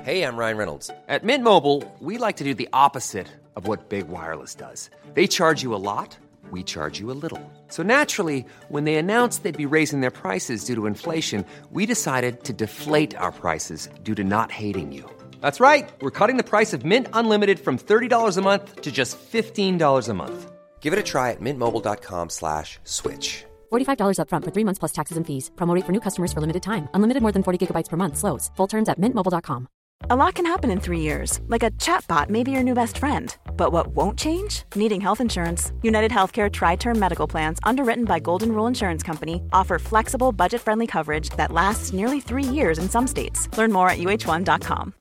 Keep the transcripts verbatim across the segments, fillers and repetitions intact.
Hey, I'm Ryan Reynolds. At Mint Mobile, we like to do the opposite of what Big Wireless does. They charge you a lot, we charge you a little. So naturally, when they announced they'd be raising their prices due to inflation, we decided to deflate our prices due to not hating you. That's right. We're cutting the price of Mint Unlimited from thirty dollars a month to just fifteen dollars a month. Give it a try at mintmobile.com slash switch. forty-five dollars up front for three months plus taxes and fees. Promo rate for new customers for limited time. Unlimited more than forty gigabytes per month slows. Full terms at mint mobile dot com. A lot can happen in three years, like a chatbot may be your new best friend. But what won't change? Needing health insurance. United Healthcare Tri-Term Medical Plans, underwritten by Golden Rule Insurance Company, offer flexible, budget-friendly coverage that lasts nearly three years in some states. Learn more at u h one dot com.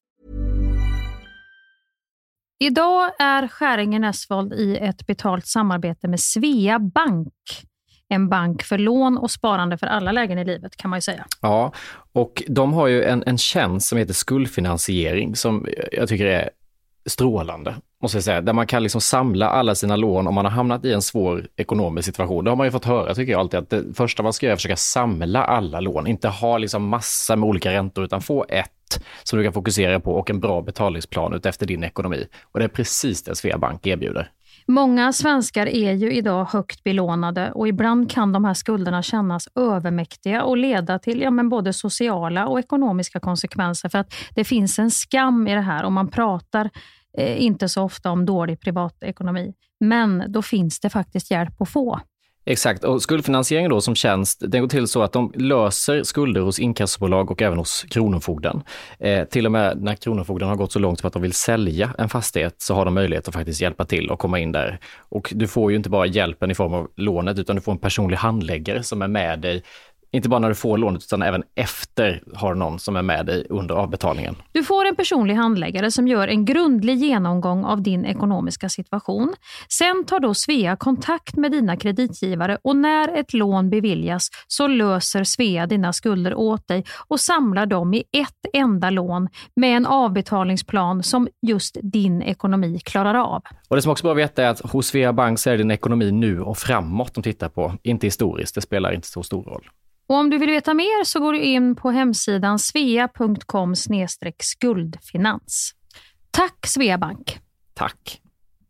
Idag är Skäringer Näsvold i ett betalt samarbete med Svea Bank. En bank för lån och sparande för alla lägen i livet, kan man ju säga. Ja, och de har ju en, en tjänst som heter skuldfinansiering som jag tycker är strålande, måste jag säga. Där man kan liksom samla alla sina lån om man har hamnat i en svår ekonomisk situation. Det har man ju fått höra, tycker jag alltid, att det första man ska göra är att försöka samla alla lån. Inte ha liksom massa med olika räntor, utan få ett som du kan fokusera på och en bra betalningsplan ut efter din ekonomi. Och det är precis det Svea Bank erbjuder. Många svenskar är ju idag högt belånade och ibland kan de här skulderna kännas övermäktiga och leda till ja, men både sociala och ekonomiska konsekvenser, för att det finns en skam i det här och man pratar eh, inte så ofta om dålig privatekonomi. Men då finns det faktiskt hjälp att få. Exakt, och skuldfinansiering då som tjänst, den går till så att de löser skulder hos inkassobolag och även hos kronofogden. Eh, till och med när kronofogden har gått så långt för att de vill sälja en fastighet så har de möjlighet att faktiskt hjälpa till och komma in där. Och du får ju inte bara hjälpen i form av lånet, utan du får en personlig handläggare som är med dig. Inte bara när du får lånet utan även efter har någon som är med dig under avbetalningen. Du får en personlig handläggare som gör en grundlig genomgång av din ekonomiska situation. Sen tar då Svea kontakt med dina kreditgivare och när ett lån beviljas så löser Svea dina skulder åt dig och samlar dem i ett enda lån med en avbetalningsplan som just din ekonomi klarar av. Och det som också bör veta är att hos Svea Bank så är din ekonomi nu och framåt de tittar på, inte historiskt. Det spelar inte så stor roll. Och om du vill veta mer så går du in på hemsidan svea punkt com slash skuldfinans. Tack Svea Bank. Tack.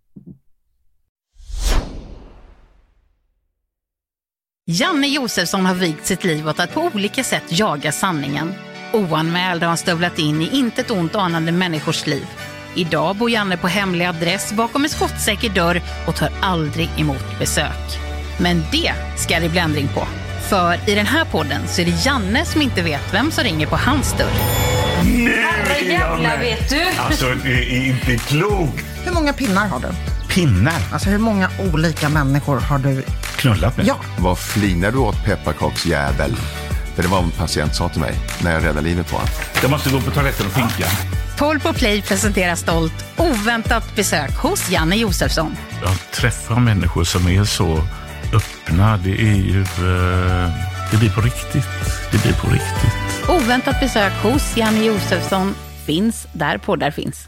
Janne Josefsson har vigt sitt liv åt att på olika sätt jaga sanningen. Oanmäld har han stövlat in i intet ont anande människors liv. Idag bor Janne på hemlig adress bakom en skottsäker dörr och tar aldrig emot besök. Men det ska det bli ändring på. För i den här podden så är det Janne som inte vet vem som ringer på hans dörr. Nej, jävla vet du. Alltså, det är inte klokt. Hur många pinnar har du? Pinnar? Alltså hur många olika människor har du knullat med? Ja. Vad flinar du åt, pepparkaksjävel? För det var en patient sa till mig när jag räddade livet på honom. Jag måste gå på toaletten och pinka. Tolv på Play presenterar stolt oväntat besök hos Janne Josefsson. Jag träffar människor som är så öppna. Det är ju... Uh, det blir på riktigt. Det blir på riktigt. Oväntat besök hos Janne Josefsson finns där poddar finns.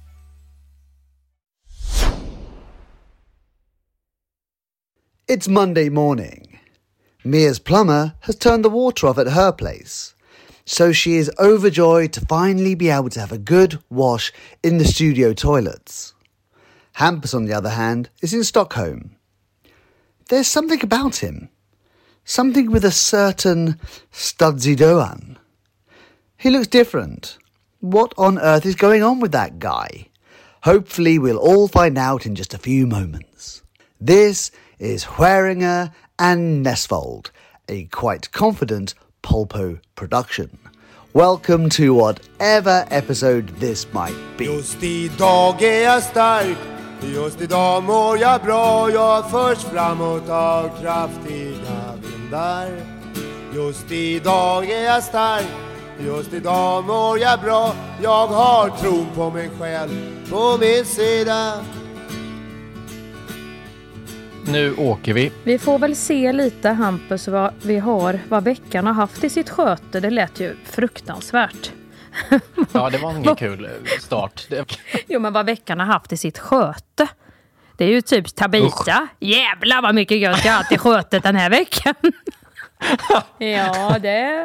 It's Monday morning. Mia's plumber has turned the water off at her place, so she is overjoyed to finally be able to have a good wash in the studio toilets. Hampus, on the other hand, is in Stockholm. There's something about him. Something with a certain Studsy Doan. He looks different. What on earth is going on with that guy? Hopefully we'll all find out in just a few moments. This is Skäringer and Näsvold, a quite confident Polpo production. Welcome to whatever episode this might be. Just idag är jag stark, just idag mår jag bra. Jag förs framåt av kraftiga vindar. Just idag är jag stark, just idag mår jag bra. Jag har tron på mig själv på min sida. Nu åker vi. Vi får väl se lite, Hampus, vad vi har, vad veckan har haft i sitt sköte. Det lät ju fruktansvärt. Ja, det var ingen kul start. Jo, men vad veckan har haft i sitt sköte. Det är ju typ Tabita. Usch. Jävlar vad mycket gött jag har haft i skötet den här veckan. Ja, det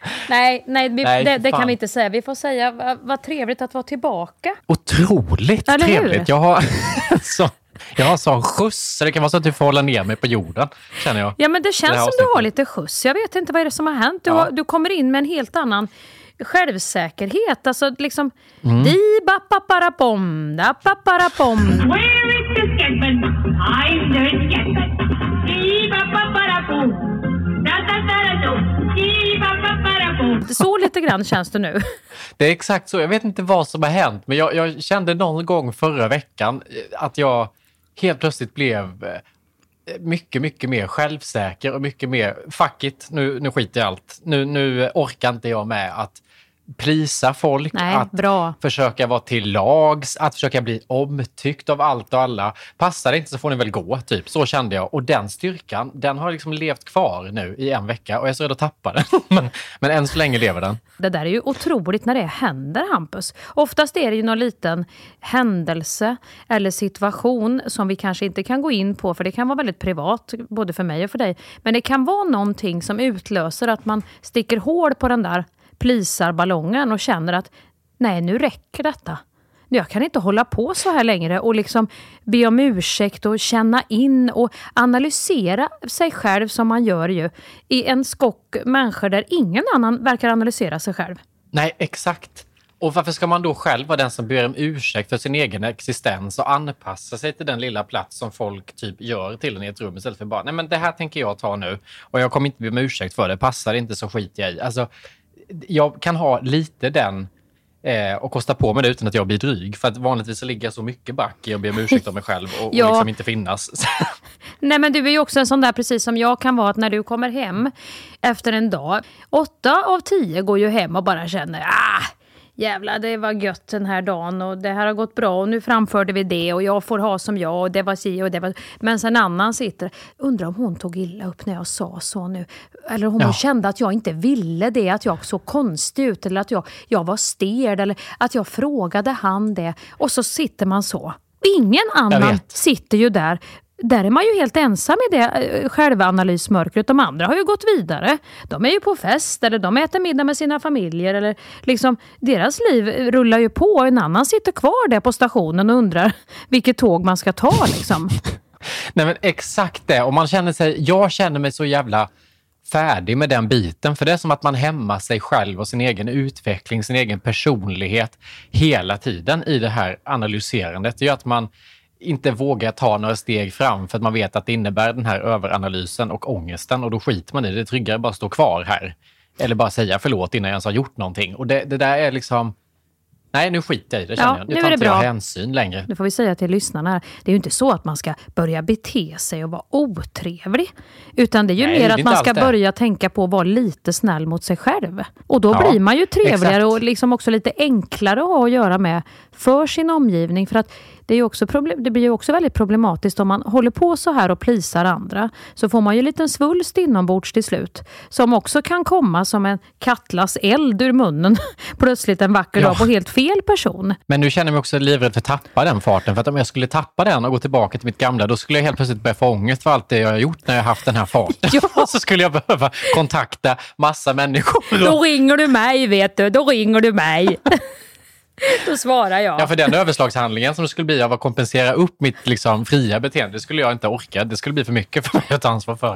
Nej, nej, vi, Nej, det, det fan. kan vi inte säga. Vi får säga vad, vad trevligt att vara tillbaka. Otroligt Eller hur? trevligt. Jag har, så, jag har sån skjuts, så det kan vara så att du får hålla ner mig på jorden, känner jag. Ja, men det känns Det här som du har avsnittet. lite skjuts. Jag vet inte vad är det som har hänt. Du, Ja. har, du kommer in med en helt annan självsäkerhet. Alltså liksom... Mm. Di ba pa para pom, da pa para pom. Where is the Scatman? I'm the Scatman. Di ba pa para pom. Da da da da do. Di ba pa para pom. Så lite grann känns det nu. Det är exakt så. Jag vet inte vad som har hänt, men jag, jag kände någon gång förra veckan att jag helt plötsligt blev eh, mycket, mycket mer självsäker och mycket mer, fuck it, nu, nu skiter jag i allt. Nu, nu orkar inte jag med att prisa folk, Nej, att bra. försöka vara till lags, att försöka bli omtyckt av allt och alla. Passar det inte så får ni väl gå, typ. Så kände jag. Och den styrkan, den har liksom levt kvar nu i en vecka och jag är så rädd att tappa den. men, men än så länge lever den. Det där är ju otroligt när det händer, Hampus. Oftast är det ju någon liten händelse eller situation som vi kanske inte kan gå in på, för det kan vara väldigt privat, både för mig och för dig. Men det kan vara någonting som utlöser att man sticker hål på den där plisarballongen och känner att nej, nu räcker detta. Jag kan inte hålla på så här längre och liksom be om ursäkt och känna in och analysera sig själv som man gör ju i en skock människor där ingen annan verkar analysera sig själv. Nej, exakt. Och varför ska man då själv vara den som ber om ursäkt för sin egen existens och anpassa sig till den lilla plats som folk typ gör till en i ett rum istället för bara, nej men det här tänker jag ta nu och jag kommer inte be om ursäkt för det, passar inte så skit jag i. Alltså, jag kan ha lite den eh, och kosta på mig det utan att jag blir dryg. För att vanligtvis så ligger jag så mycket back i att be om ursäkt om mig själv och, Ja. och liksom inte finnas. Nej, men du är ju också en sån där, precis som jag kan vara, att när du kommer hem efter en dag, åtta av tio går ju hem och bara känner, ah, jävlar, det var gött den här dagen och det här har gått bra och nu framförde vi det och jag får ha som jag och det var si och det var... Men sen annan sitter, undrar om hon tog illa upp när jag sa så nu. Eller om hon Ja. kände att jag inte ville det, att jag såg konstig ut eller att jag, jag var stel eller att jag frågade han det. Och så sitter man så. Och ingen annan sitter ju där. Där är man ju helt ensam i det eh, självanalysmörkret. De andra har ju gått vidare. De är ju på fest eller de äter middag med sina familjer. Eller liksom, deras liv rullar ju på och en annan sitter kvar där på stationen och undrar vilket tåg man ska ta liksom. Nej men exakt det. Och man känner sig, jag känner mig så jävla färdig med den biten. För det är som att man hämmar sig själv och sin egen utveckling, sin egen personlighet hela tiden i det här analyserandet. Det gör att man inte vågar ta några steg fram för att man vet att det innebär den här överanalysen och ångesten och då skiter man i det. Det är tryggare bara stå kvar här. Eller bara säga förlåt innan jag ens har gjort någonting. Och det, det där är liksom... Nej, nu skiter jag i det, känner Ja, jag. nu Nu är tar det inte jag bra. hänsyn längre. Nu får vi säga till lyssnarna här, det är ju inte så att man ska börja bete sig och vara otrevlig. Utan det är ju Nej, mer det är att inte man alls ska det. börja tänka på att vara lite snäll mot sig själv. Och då Ja, blir man ju trevligare exakt. och liksom också lite enklare att ha att göra med för sin omgivning. För att det, är ju också problem, det blir ju också väldigt problematiskt om man håller på så här och plisar andra. Så får man ju en liten svulst inombords till slut. Som också kan komma som en kattlas eld ur munnen. Plötsligt en vacker Ja. dag på helt fel person. Men nu känner jag mig också livrädd för att tappa den farten. För att om jag skulle tappa den och gå tillbaka till mitt gamla, då skulle jag helt plötsligt börja få ångest för allt det jag har gjort när jag har haft den här farten. Ja. Så skulle jag behöva kontakta massa människor. Då ringer du mig, vet du. Då ringer du mig. Då svarar jag. Ja, för den överslagshandlingen som det skulle bli av att kompensera upp mitt liksom, fria beteende, det skulle jag inte orka. Det skulle bli för mycket för mig att ta ansvar för.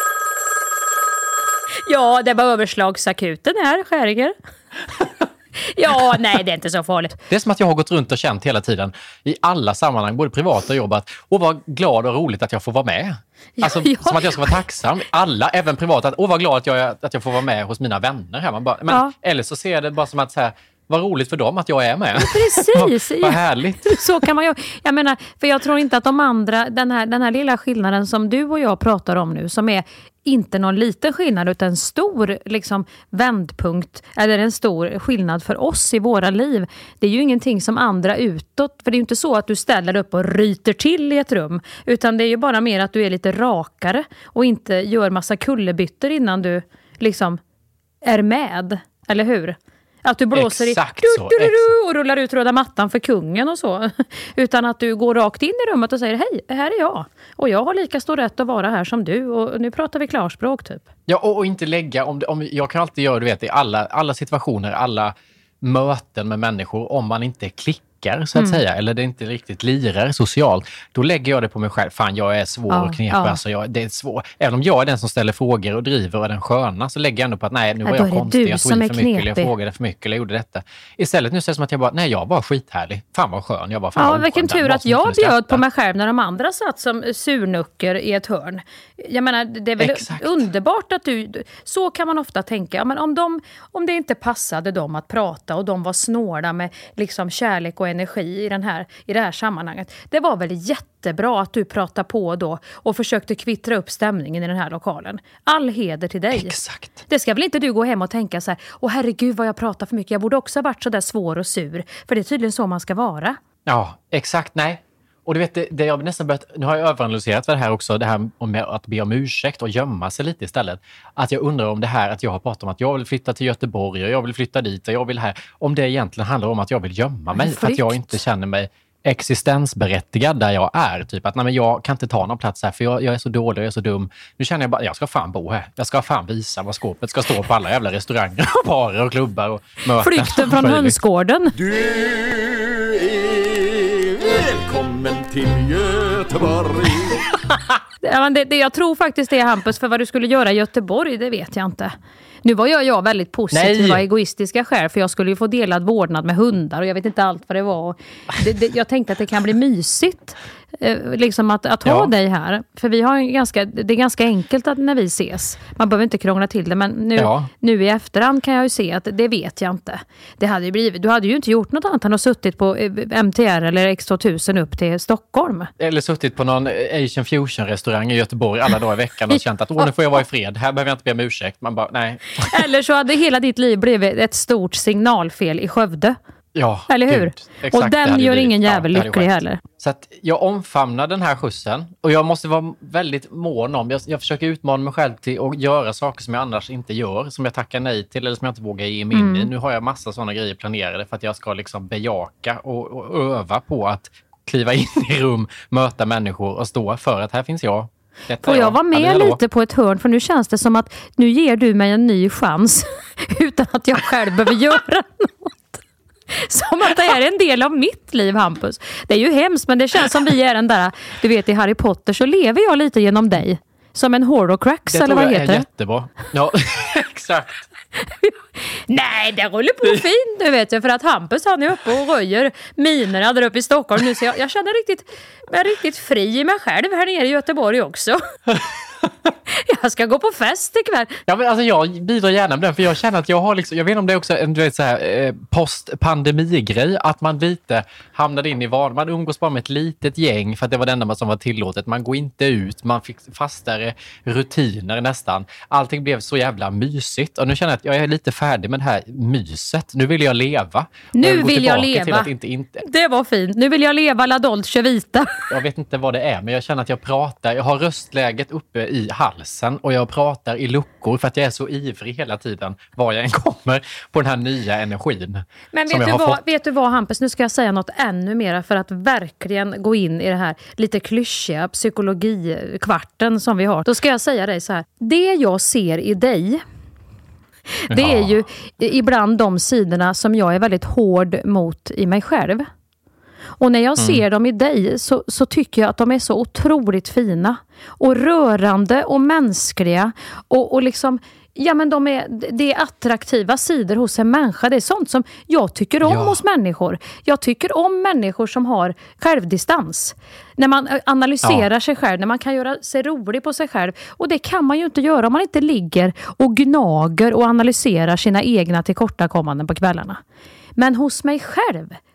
Ja, det var överslagsakuten här, Skäringer. Ja, nej, det är inte så farligt. Det är som att jag har gått runt och känt hela tiden i alla sammanhang, både privata och jobb, att åh vad glad och roligt att jag får vara med. Alltså, ja. som att jag ska vara tacksam. Alla, även privata, att åh vad glad att jag, är, att jag får vara med hos mina vänner här. Man bara, men, Ja. Eller så ser jag det bara som att så här, vad roligt för dem att jag är med. Precis. vad, vad härligt. Så kan man ju. Jag menar, för jag tror inte att de andra, den här, den här lilla skillnaden som du och jag pratar om nu, som är inte någon liten skillnad utan en stor liksom, vändpunkt eller en stor skillnad för oss i våra liv. Det är ju ingenting som andra utåt, för det är ju inte så att du ställer upp och ryter till i ett rum, utan det är ju bara mer att du är lite rakare och inte gör massa kullerbyttor innan du liksom är med, eller hur? Att du blåser Exakt i så, du, du, du, exakt. och rullar ut röda mattan för kungen och så. Utan att du går rakt in i rummet och säger hej, här är jag. Och jag har lika stor rätt att vara här som du. Och nu pratar vi klarspråk typ. Ja, och, och inte lägga, om, om jag kan alltid göra, du vet, i alla, alla situationer, alla möten med människor, om man inte klickar så att mm. säga, eller det inte riktigt lirar socialt, då lägger jag det på mig själv. Fan, jag är svår ja, och knepig, ja. alltså jag, det är svår. Även om jag är den som ställer frågor och driver och är den sköna, så lägger jag ändå på att nej, nu var ja, jag konstig, jag tog i för mycket, knepig. eller jag frågade för mycket, eller jag gjorde detta. Istället nu säger det som att jag bara, nej, jag var skithärlig. Fan vad skön, jag var fan Ja, vilken tur att jag bjöd på mig själv när de andra satt som surnucker i ett hörn. Jag menar, det är väl Exakt. underbart att du, så kan man ofta tänka, ja, men om, de, om det inte passade dem att prata och de var snåla med liksom kärlek och energi i, den här, i det här sammanhanget. Det var väl jättebra att du pratade på då och försökte kvittra upp stämningen i den här lokalen. All heder till dig. Exakt. Det ska väl inte du gå hem och tänka så här, åh herregud vad jag pratar för mycket, jag borde också ha varit så där svår och sur. För det är tydligen så man ska vara. Ja, exakt, nej. Och du vet, det, det jag nästan börjat, nu har jag överanalyserat det här också, det här med att be om ursäkt och gömma sig lite istället. Att jag undrar om det här att jag har pratat om att jag vill flytta till Göteborg och jag vill flytta dit och jag vill här, om det egentligen handlar om att jag vill gömma mig för att jag inte känner mig existensberättigad där jag är. Typ att nej, men jag kan inte ta någon plats här för jag, jag är så dålig och jag är så dum. Nu känner jag bara, jag ska fan bo här. Jag ska fan visa vad skåpet ska stå på alla jävla restauranger och barer och klubbar och möten. Flykten från hönsgården. Du är välkommen till Göteborg. Ja, men det, det, jag tror faktiskt det är Hampus, för vad du skulle göra i Göteborg, det vet jag inte. Nu var jag, jag väldigt positiva, egoistiska skäl, för jag skulle ju få delad vårdnad med hundar och jag vet inte allt vad det var. Det, det, jag tänkte att det kan bli mysigt eh, liksom att, att ha ja. dig här. För vi har en ganska, det är ganska enkelt att när vi ses. Man behöver inte krångla till det, men nu, ja. nu i efterhand kan jag ju se att det vet jag inte. Det hade ju blivit, du hade ju inte gjort något annat än att suttit på M T R eller X tvåtusen upp till Stockholm. Eller suttit på någon Asian Fusion-restaurang i Göteborg alla dagar i veckan och känt att åh, nu får jag vara i fred. Här behöver jag inte be om ursäkt. Man bara, nej. Eller så hade hela ditt liv blivit ett stort signalfel i Skövde. Ja, eller hur? Gud, exakt, och den gör blivit, ingen jävel ja, lycklig heller. Så att jag omfamnar den här skjutsen. Och jag måste vara väldigt mån om. Jag, jag försöker utmana mig själv till att göra saker som jag annars inte gör. Som jag tackar nej till eller som jag inte vågar ge mig in i. Nu har jag massa sådana grejer planerade för att jag ska liksom bejaka och, och öva på att kliva in i rum, möta människor och stå för att här finns jag. Detta Får jag vara med hallå. lite på ett hörn, för nu känns det som att nu ger du mig en ny chans utan att jag själv behöver göra något. Som att det är en del av mitt liv, Hampus. Det är ju hemskt, men det känns som vi är den där, du vet, i Harry Potter så lever jag lite genom dig. Som en horcrux, eller vad heter det? Det är jättebra. Ja, exakt. Nej, det rullar på fint nu, vet jag. För att Hampus, han är uppe och röjer minerna där uppe i Stockholm nu. Så jag, jag känner riktigt, jag är riktigt fri i mig själv här nere i Göteborg också. Jag ska gå på fest ikväll. Ja, men alltså jag bidrar gärna med den, för jag känner att jag har liksom, jag vet inte om det är också en, du vet, så här, eh, post-pandemi-grej, att man lite hamnade in i vad, man umgås bara med ett litet gäng för att det var det enda som var tillåtet, man går inte ut, man fick fastare rutiner nästan, allting blev så jävla mysigt och nu känner jag att jag är lite färdig med det här myset, nu vill jag leva. Nu jag vill jag leva. Att inte, inte... Det var fint, nu vill jag leva la dolce vita. Jag vet inte vad det är, men jag känner att jag pratar, jag har röstläget uppe i halsen och jag pratar i luckor för att jag är så ivrig hela tiden var jag än kommer på den här nya energin. Men vet du, vad, vet du vad, Hampus, nu ska jag säga något ännu mer för att verkligen gå in i det här lite klyschiga psykologikvarten som vi har. Då ska jag säga dig så här, det jag ser i dig, det ja. är ju ibland de sidorna som jag är väldigt hård mot i mig själv. Och när jag ser mm. dem i dig så, så tycker jag att de är så otroligt fina och rörande och mänskliga och, och liksom, ja men de är, det är attraktiva sidor hos en människa. Det är sånt som jag tycker om ja. hos människor. Jag tycker om människor som har självdistans. När man analyserar ja. sig själv, när man kan göra sig rolig på sig själv. Och det kan man ju inte göra om man inte ligger och gnager och analyserar sina egna tillkortakommanden på kvällarna. Men hos mig själv,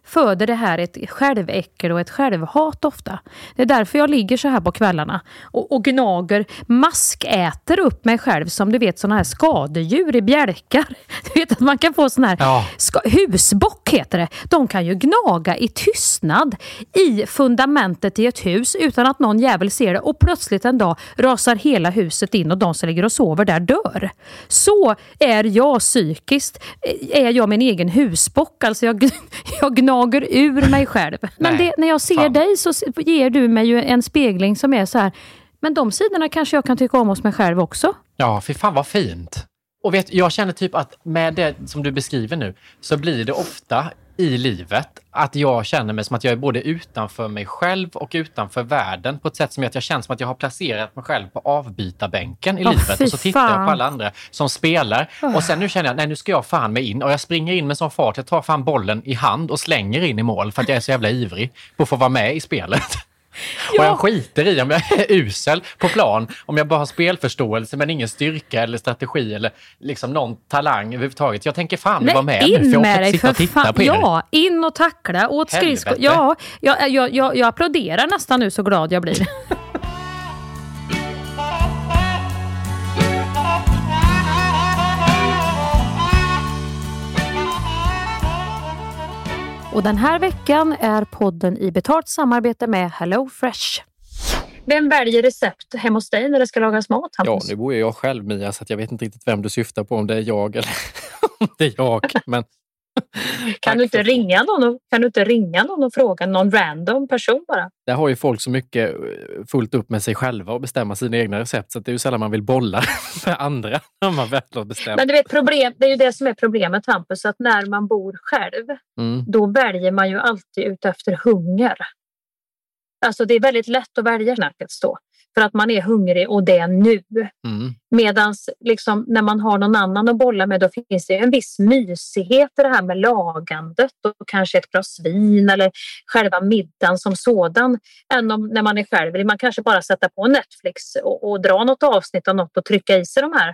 föder det här ett själväckel och ett självhat ofta. Det är därför jag ligger så här på kvällarna och, och gnager, maskäter upp mig själv som du vet såna här skadedjur i bjälkar. Du vet att man kan få sån här ja. ska, husbock heter det. De kan ju gnaga i tystnad i fundamentet i ett hus utan att någon jävel ser det och plötsligt en dag rasar hela huset in och de som ligger och sover där dör. Så är jag psykiskt. Är jag min egen husbock. Alltså jag, jag gnager ur mig själv. Men det, när jag ser fan. dig så ger du mig ju en spegling som är så här. Men de sidorna kanske jag kan tycka om hos mig själv också. Ja, för fan vad fint. Och vet, jag känner typ att med det som du beskriver nu så blir det ofta i livet att jag känner mig som att jag är både utanför mig själv och utanför världen på ett sätt som att jag känner som att jag har placerat mig själv på avbytarbänken i oh, livet och så tittar fan. jag på alla andra som spelar oh. och sen nu känner jag, nej nu ska jag fan mig in och jag springer in med sån fart, jag tar fan bollen i hand och slänger in i mål för att jag är så jävla ivrig på att få vara med i spelet. Ja. Och jag skiter i om jag är usel på plan, om jag bara har spelförståelse men ingen styrka eller strategi eller liksom någon talang överhuvudtaget. Jag tänker fan vara med nu för jag orkar inte sitta och titta fan. på er. Ja, in och tackla åt skridskor. Ja, jag, jag, jag, jag applåderar nästan nu så glad jag blir. Och den här veckan är podden i betalt samarbete med Hello Fresh. Vem väljer recept hemma hos dig när det ska lagas mat? Ja, nu bor jag själv Mia så att jag vet inte riktigt vem du syftar på, om det är jag eller om det är jag. Men... kan, du inte ringa någon och, kan du inte ringa någon och fråga någon random person bara? Det har ju folk så mycket fullt upp med sig själva och bestämma sina egna recept så att det är ju sällan man vill bolla med andra när man väl har bestämt. Men du vet, problem, det är ju det som är problemet Hampus, att när man bor själv mm. då väljer man ju alltid ut efter hunger. Alltså det är väldigt lätt att välja knäcket då. För att man är hungrig och det är nu. Mm. Medan liksom, när man har någon annan att bolla med då finns det en viss mysighet i det här med lagandet och kanske ett glas vin eller själva middagen som sådan än om när man är själv. Man kanske bara sätta på Netflix och, och dra något avsnitt av något och trycka i sig de här.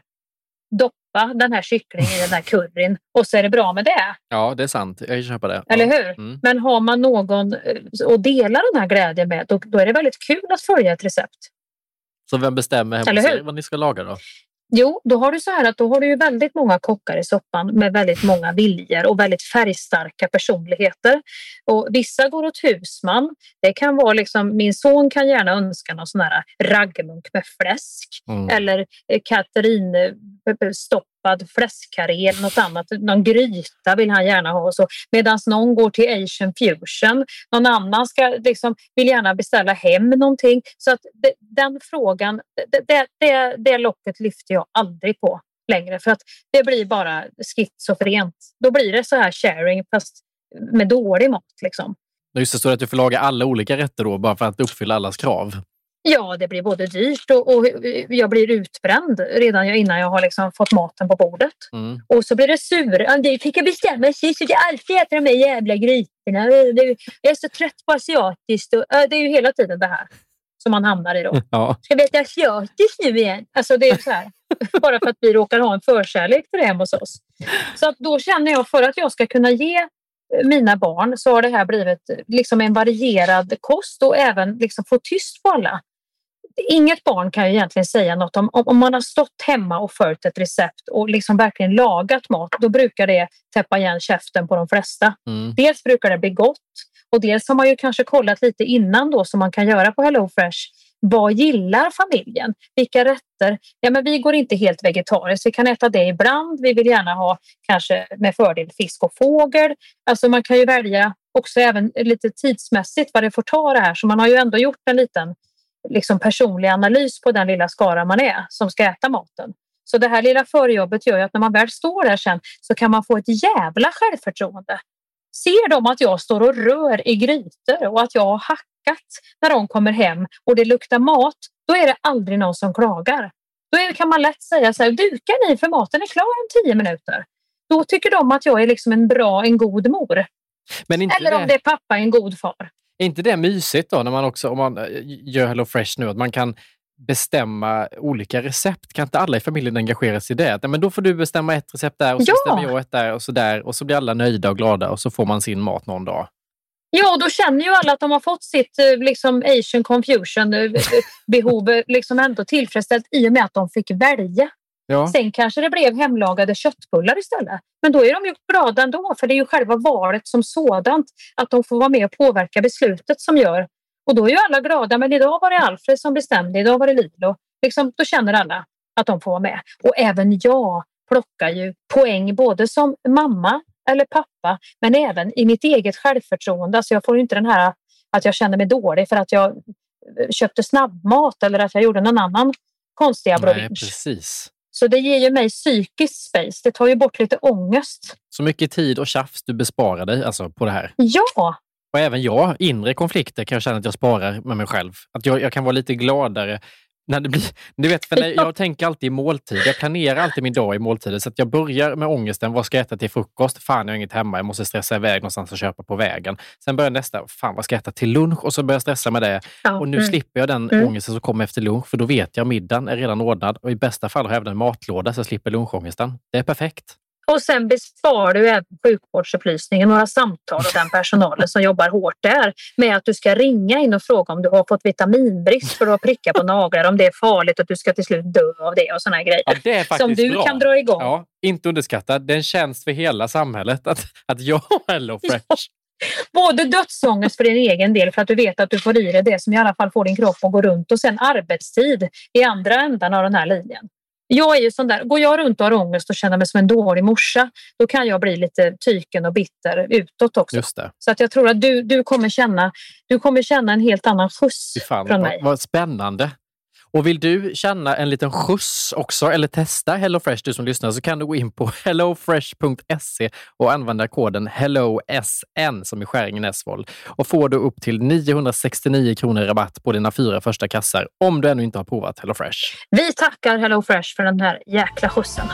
Doppa den här kycklingen i den här curryn och så är det bra med det. Ja, det är sant. Jag köper det. Eller ja. hur? Mm. Men har man någon att dela den här glädjen med då, då är det väldigt kul att följa ett recept. Så vem bestämmer hemma hos er vad ni ska laga då? Jo, då har du så här att då har du ju väldigt många kockar i soppan med väldigt många viljor och väldigt färgstarka personligheter. Och vissa går åt husman. Det kan vara liksom, min son kan gärna önska någon sån här raggmunk med fläsk. Mm. Eller Katrin stoppad fläskkarré eller något annat. Någon gryta vill han gärna ha. Medan någon går till Asian fusion. Någon annan ska liksom, vill gärna beställa hem någonting. Så att det, den frågan, det, det, det, det locket lyfter jag aldrig på längre. För att det blir bara schizofrent. Då blir det så här sharing fast med dålig mat liksom. Just det, står att du får laga alla olika rätter då bara för att uppfylla allas krav. Ja, det blir både dyrt och, och jag blir utbränd redan innan jag har liksom fått maten på bordet. Mm. Och så blir det sur. Det fick jag bestämma sig så jag alltid äter de här jävla grytorna. Jag är så trött på asiatiskt. Och, det är ju hela tiden det här som man hamnar i då. Ja. Ska vi äta asiatiskt nu igen? Alltså det är så här. Bara för att vi råkar ha en förkärlek för det hemma hos oss. Så att då känner jag för att jag ska kunna ge mina barn så har det här blivit liksom en varierad kost och även liksom få tyst på alla. Inget barn kan ju egentligen säga något om, om man har stått hemma och följt ett recept och liksom verkligen lagat mat, då brukar det täppa igen käften på de flesta. Mm. Dels brukar det bli gott och dels har man ju kanske kollat lite innan då som man kan göra på Hello Fresh. Vad gillar familjen? Vilka rätter? Ja, men vi går inte helt vegetariskt. Vi kan äta det ibland. Vi vill gärna ha kanske med fördel fisk och fågel. Alltså man kan ju välja också även lite tidsmässigt vad det får ta det här. Så man har ju ändå gjort en liten liksom personlig analys på den lilla skara man är som ska äta maten. Så det här lilla förjobbet gör ju att när man väl står där sen så kan man få ett jävla självförtroende. Ser de att jag står och rör i grytor och att jag har hackat när de kommer hem och det luktar mat, då är det aldrig någon som klagar. Då är, kan man lätt säga så här, dukar ni för maten är klar om tio minuter. Då tycker de att jag är liksom en bra, en god mor. Men inte Eller det... om det är pappa, en god far. Är inte det mysigt då när man också, om man gör Hello Fresh nu, att man kan bestämma olika recept? Kan inte alla i familjen engagera sig i det? Men då får du bestämma ett recept där och så ja. bestämmer jag ett där och så där och så blir alla nöjda och glada och så får man sin mat någon dag. Ja, då känner ju alla att de har fått sitt liksom, Asian confusion behov liksom ändå tillfredsställt i och med att de fick välja. Ja. Sen kanske det blev hemlagade köttbullar istället. Men då är de ju glada ändå, för det är ju själva valet som sådant att de får vara med och påverka beslutet som gör. Och då är ju alla glada, men idag var det Alfred som bestämde, idag var det Lilo. Liksom, då känner alla att de får vara med. Och även jag plockar ju poäng både som mamma eller pappa, men även i mitt eget självförtroende. Så jag får ju inte den här att jag känner mig dålig för att jag köpte snabbmat eller att jag gjorde någon annan konstig abrovinch. Nej, precis. Så det ger ju mig psykisk space. Det tar ju bort lite ångest. Så mycket tid och tjafs du besparar dig alltså på det här. Ja! Och även jag, inre konflikter kan jag känna att jag sparar med mig själv. Att jag, jag kan vara lite gladare när det blir... Du vet, för när jag tänker alltid i måltid. Jag planerar alltid min dag i måltider. Så att jag börjar med ångesten. Vad ska jag äta till frukost? Fan, jag har inget hemma. Jag måste stressa iväg någonstans och köpa på vägen. Sen börjar nästa. Fan, vad ska jag äta till lunch? Och så börjar jag stressa med det. Ja, och nu mm. slipper jag den mm. ångesten som kommer efter lunch. För då vet jag middagen är redan ordnad. Och i bästa fall har jag även en matlåda så jag slipper lunchångesten. Det är perfekt. Och sen besparar du även sjukvårdsupplysningen, några samtal och den personalen som jobbar hårt där med att du ska ringa in och fråga om du har fått vitaminbrist för att ha prickar på naglar, om det är farligt och du ska till slut dö av det och såna här grejer. Ja, det är faktiskt som du bra. Kan dra igång. Ja, inte underskatta. Det är en tjänst för hela samhället att, att jag har Hello Fresh. Ja. Både dödsångest för din egen del för att du vet att du får i dig det som i alla fall får din kropp att gå runt och sen arbetstid i andra ändan av den här linjen. Jag är ju sån där, går jag runt och har ångest och känner mig som en dålig morsa, då kan jag bli lite tyken och bitter utåt också. Just det. Så att jag tror att du, du, kommer känna, du kommer känna en helt annan skjuts fan, från mig. Vad, vad spännande. Och vill du känna en liten skjuts också eller testa HelloFresh, du som lyssnar, så kan du gå in på hellofresh punkt se och använda koden HelloSN som i skäringen S-voll och får du upp till niohundrasextionio kronor rabatt på dina fyra första kassar om du ännu inte har provat HelloFresh. Vi tackar HelloFresh för den här jäkla skjutsen.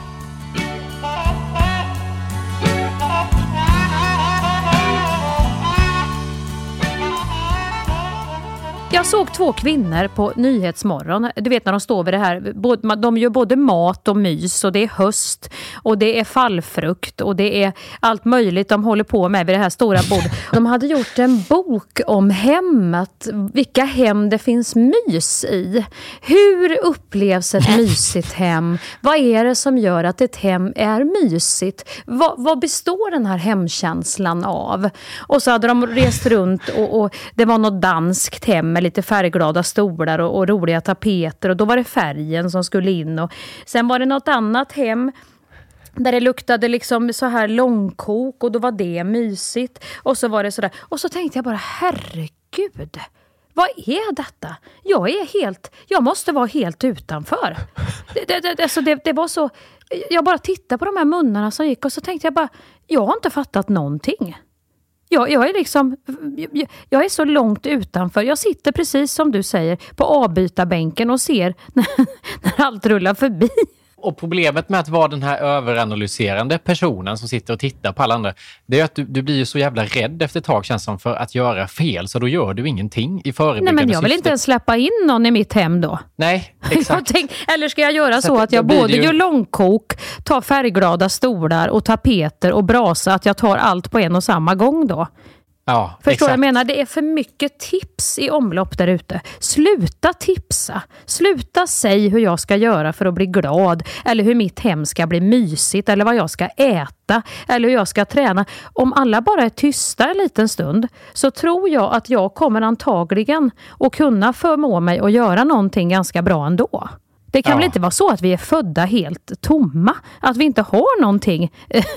Jag såg två kvinnor på Nyhetsmorgon. Du vet när de står vid det här. De gör både mat och mys och det är höst och det är fallfrukt och det är allt möjligt de håller på med vid det här stora bordet. De hade gjort en bok om hemmet. Vilka hem det finns mys i. Hur upplevs ett mysigt hem? Vad är det som gör att ett hem är mysigt? Vad, vad består den här hemkänslan av? Och så hade de rest runt och, och det var något danskt hem med lite färgglada stolar och, och roliga tapeter och då var det färgen som skulle in och sen var det något annat hem där det luktade liksom så här långkok och då var det mysigt och så var det sådär och så tänkte jag bara herregud, vad är detta? Jag är helt, jag måste vara helt utanför. Det, det, det, alltså det, det var så, jag bara tittade på de här munnarna som gick och så tänkte jag bara, jag har inte fattat någonting. Jag, jag är liksom jag, jag är så långt utanför. Jag sitter precis som du säger på avbytarbänken och ser när, när allt rullar förbi. Och problemet med att vara den här överanalyserande personen som sitter och tittar på alla andra, det är att du, du blir ju så jävla rädd efter ett tag känns som för att göra fel, så då gör du ingenting i förebyggande syfte. Nej, men jag vill syfte. inte ens släppa in någon i mitt hem då. Nej, exakt. Tänk, eller ska jag göra så, så att, att jag både ju... gör långkok, tar färgglada stolar och tapeter och brasa, att jag tar allt på en och samma gång då? Ja, Förstår exakt. Jag menar, det är för mycket tips i omlopp där ute. Sluta tipsa. Sluta säg hur jag ska göra för att bli glad. Eller hur mitt hem ska bli mysigt. Eller vad jag ska äta. Eller hur jag ska träna. Om alla bara är tysta en liten stund så tror jag att jag kommer antagligen att kunna förmå mig att göra någonting ganska bra ändå. Det kan ja. väl inte vara så att vi är födda helt tomma. Att vi inte har någonting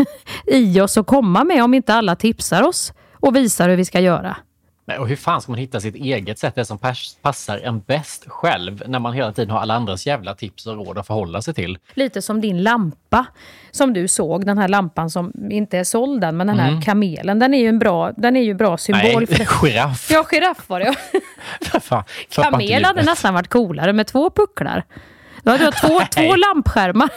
i oss att komma med om inte alla tipsar oss. Och visar hur vi ska göra. Nej, och hur fan ska man hitta sitt eget sätt, det som passar en bäst själv, när man hela tiden har alla andras jävla tips och råd att förhålla sig till? Lite som din lampa som du såg, den här lampan som inte är såld än, men den här mm. kamelen, den är ju en bra, den är ju bra symbol. Nej, för det. Giraff. Ja, giraff var det. fan, Kamel hade nästan varit coolare med två pucklar. Du hade två, två lampskärmar.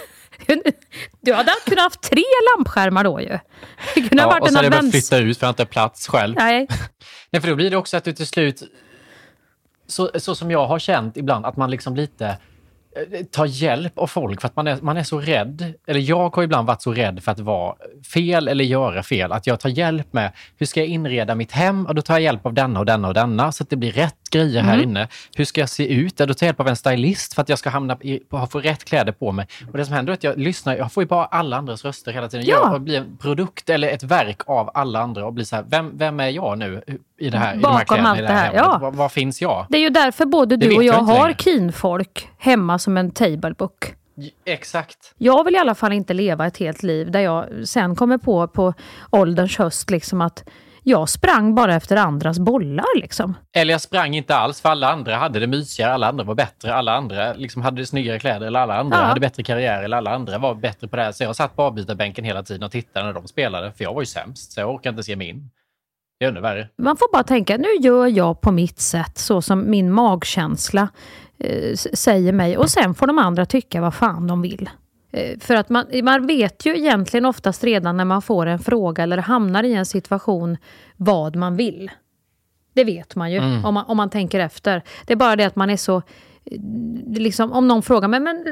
Du hade kunnat haft tre lampskärmar då ju. Det kunde ja, ha varit och så en hade advents... jag flytta ut för att inte ha plats själv. Nej. Nej, för då blir det också att du till slut, så, så som jag har känt ibland, att man liksom lite ta hjälp av folk för att man är, man är så rädd. Eller jag har ibland varit så rädd för att vara fel eller göra fel. Att jag tar hjälp med hur ska jag inreda mitt hem och då tar jag hjälp av denna och denna och denna så att det blir rätt grejer här mm. inne. Hur ska jag se ut? Då tar jag hjälp av en stylist för att jag ska hamna i, få rätt kläder på mig. Och det som händer är att jag lyssnar, jag får ju bara alla andras röster hela tiden. Ja. Jag blir en produkt eller ett verk av alla andra och blir så här, vem, vem är jag nu i det här, i bakom de här kläderna, allt i det det här, här? Ja. Var, var finns jag? Det är ju därför både Det du vet och jag, jag inte har längre. kinfolk hemma som en tablebook. Exakt. Jag vill i alla fall inte leva ett helt liv där jag sen kommer på på ålderns höst liksom att jag sprang bara efter andras bollar liksom. Eller jag sprang inte alls för alla andra hade det mysigare, alla andra var bättre, alla andra liksom hade snyggare kläder eller alla andra Ja. hade bättre karriär eller alla andra var bättre på det här. Så jag satt på avbytarbänken hela tiden och tittade när de spelade för jag var ju sämst så jag orkade inte se min. Det är ännu värre. Man får bara tänka, nu gör jag på mitt sätt så som min magkänsla eh, säger mig och sen får de andra tycka vad fan de vill. Eh, för att man, man vet ju egentligen oftast redan när man får en fråga eller hamnar i en situation vad man vill. Det vet man ju mm. om, man, om man tänker efter. Det är bara det att man är så liksom, om någon frågar mig, men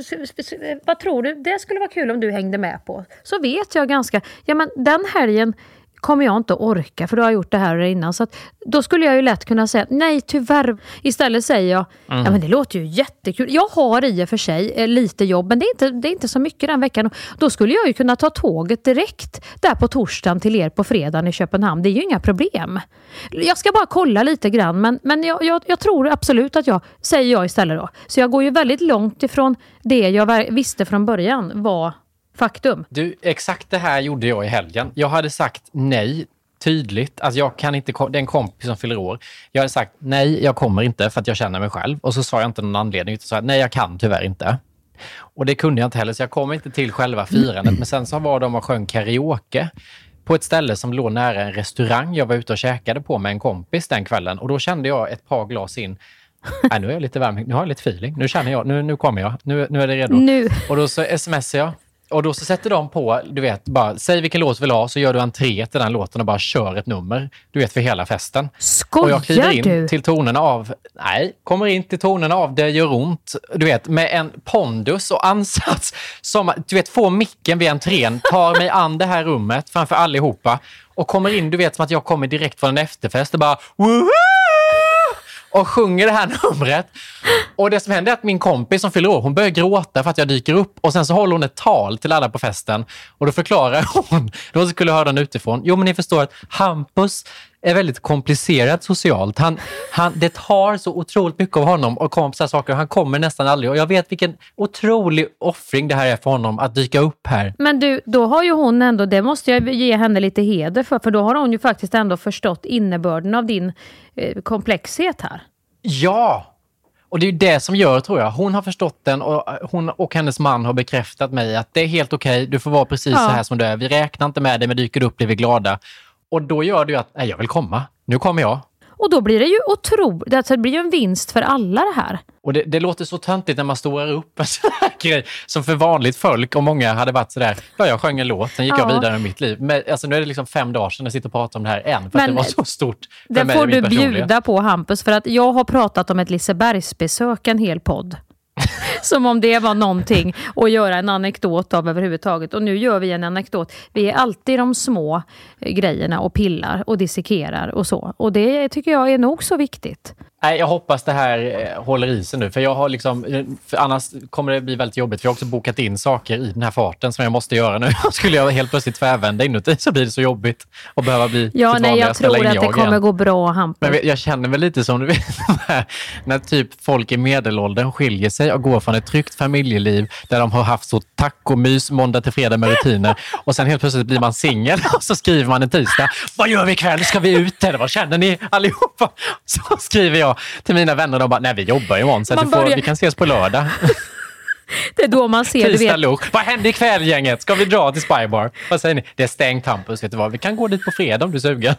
vad tror du, det skulle vara kul om du hängde med på. Så vet jag ganska, ja men den helgen kommer jag inte att orka för då har jag gjort det här innan. Så att, då skulle jag ju lätt kunna säga nej tyvärr. Istället säger jag, mm. ja men det låter ju jättekul. Jag har i och för sig eh, lite jobb men det är, inte, det är inte så mycket den veckan. Då skulle jag ju kunna ta tåget direkt där på torsdagen till er på fredagen i Köpenhamn. Det är ju inga problem. Jag ska bara kolla lite grann men, men jag, jag, jag tror absolut att jag, säger jag istället då. Så jag går ju väldigt långt ifrån det jag visste från början var faktum. Du, exakt det här gjorde jag i helgen. Jag hade sagt nej tydligt. Alltså jag kan inte, det är en kompis som fyller år. Jag hade sagt nej, jag kommer inte för att jag känner mig själv. Och så sa jag inte någon anledning utan sa nej, jag kan tyvärr inte. Och det kunde jag inte heller så jag kom inte till själva firandet. Men sen så var de och sjöng karaoke på ett ställe som låg nära en restaurang. Jag var ute och käkade på med en kompis den kvällen. Och då kände jag ett par glas in. Nej, nu är jag lite varm. Nu har jag lite feeling. Nu känner jag, nu, nu kommer jag. Nu, nu är det redo. Nu. Och då så smsar jag. Och då så sätter de på, du vet, bara säg vilken låt du vill ha så gör du entré till den låten och bara kör ett nummer. Du vet, för hela festen. Skojar och jag kliver in du? till tonerna av, nej, kommer in till tonerna av Det gör ont. Du vet, med en pondus och ansats som, du vet, får micken vid entrén, tar mig an det här rummet framför allihopa och kommer in, du vet, som att jag kommer direkt från en efterfest och bara, woohoo! Och sjunger det här numret. Och det som händer är att min kompis som fyller år, hon börjar gråta för att jag dyker upp. Och sen så håller hon ett tal till alla på festen. Och då förklarar hon, då skulle höra den utifrån. Jo men ni förstår att Hampus är väldigt komplicerat socialt. Han, han, det tar så otroligt mycket av honom och komma på så här saker. Han kommer nästan aldrig. Och jag vet vilken otrolig offring det här är för honom att dyka upp här. Men du, då har ju hon ändå, det måste jag ge henne lite heder för. För då har hon ju faktiskt ändå förstått innebörden av din eh, komplexhet här. Ja! Och det är ju det som gör, tror jag. Hon har förstått den och hon och hennes man har bekräftat mig att det är helt okej. Du får vara precis ja. så här som du är. Vi räknar inte med dig men dyker upp blir vi glada. Och då gör det ju att, nej jag vill komma. Nu kommer jag. Och då blir det ju otroligt, alltså det blir ju en vinst för alla det här. Och det, det låter så töntigt när man står upp en sån här grej som för vanligt folk och många hade varit sådär, ja jag sjöng en låt, sen gick ja. jag vidare i mitt liv. Men alltså nu är det liksom fem dagar sedan jag sitter och pratar om det här än, för men att det var så stort för det mig. Det får du bjuda på Hampus, för att jag har pratat om ett Lisebergsbesök en hel podd. Som om det var någonting att göra en anekdot av överhuvudtaget. Och nu gör vi en anekdot. Vi är alltid de små grejerna och pillar och dissekerar och så. Och det tycker jag är nog så viktigt. Nej, jag hoppas det här eh, håller i sig nu. För jag har liksom, för annars kommer det bli väldigt jobbigt. För jag har också bokat in saker i den här farten som jag måste göra nu. Skulle jag helt plötsligt tvärvända inuti så blir det så jobbigt att behöva bli ja, nej, jag tror att jag det kommer igen. gå bra, Hampus. Men jag känner väl lite som du vet, när typ folk i medelåldern skiljer sig och går från ett tryggt familjeliv där de har haft så tacomys måndag till fredag med rutiner. Och sen helt plötsligt blir man singel och så skriver man en tisdag. Vad gör vi ikväll? Ska vi ut eller vad känner ni allihopa? Så skriver jag till mina vänner och de bara, nej vi jobbar imorgon så att vi, får, börjar... vi kan ses på lördag. Det är då man ser, Tisdag du vet. Look. Vad händer ikväll gänget? Ska vi dra till Spybar? Vad säger ni? Det är stängt Hampus, vet du vad? Vi kan gå dit på fredag om du suger.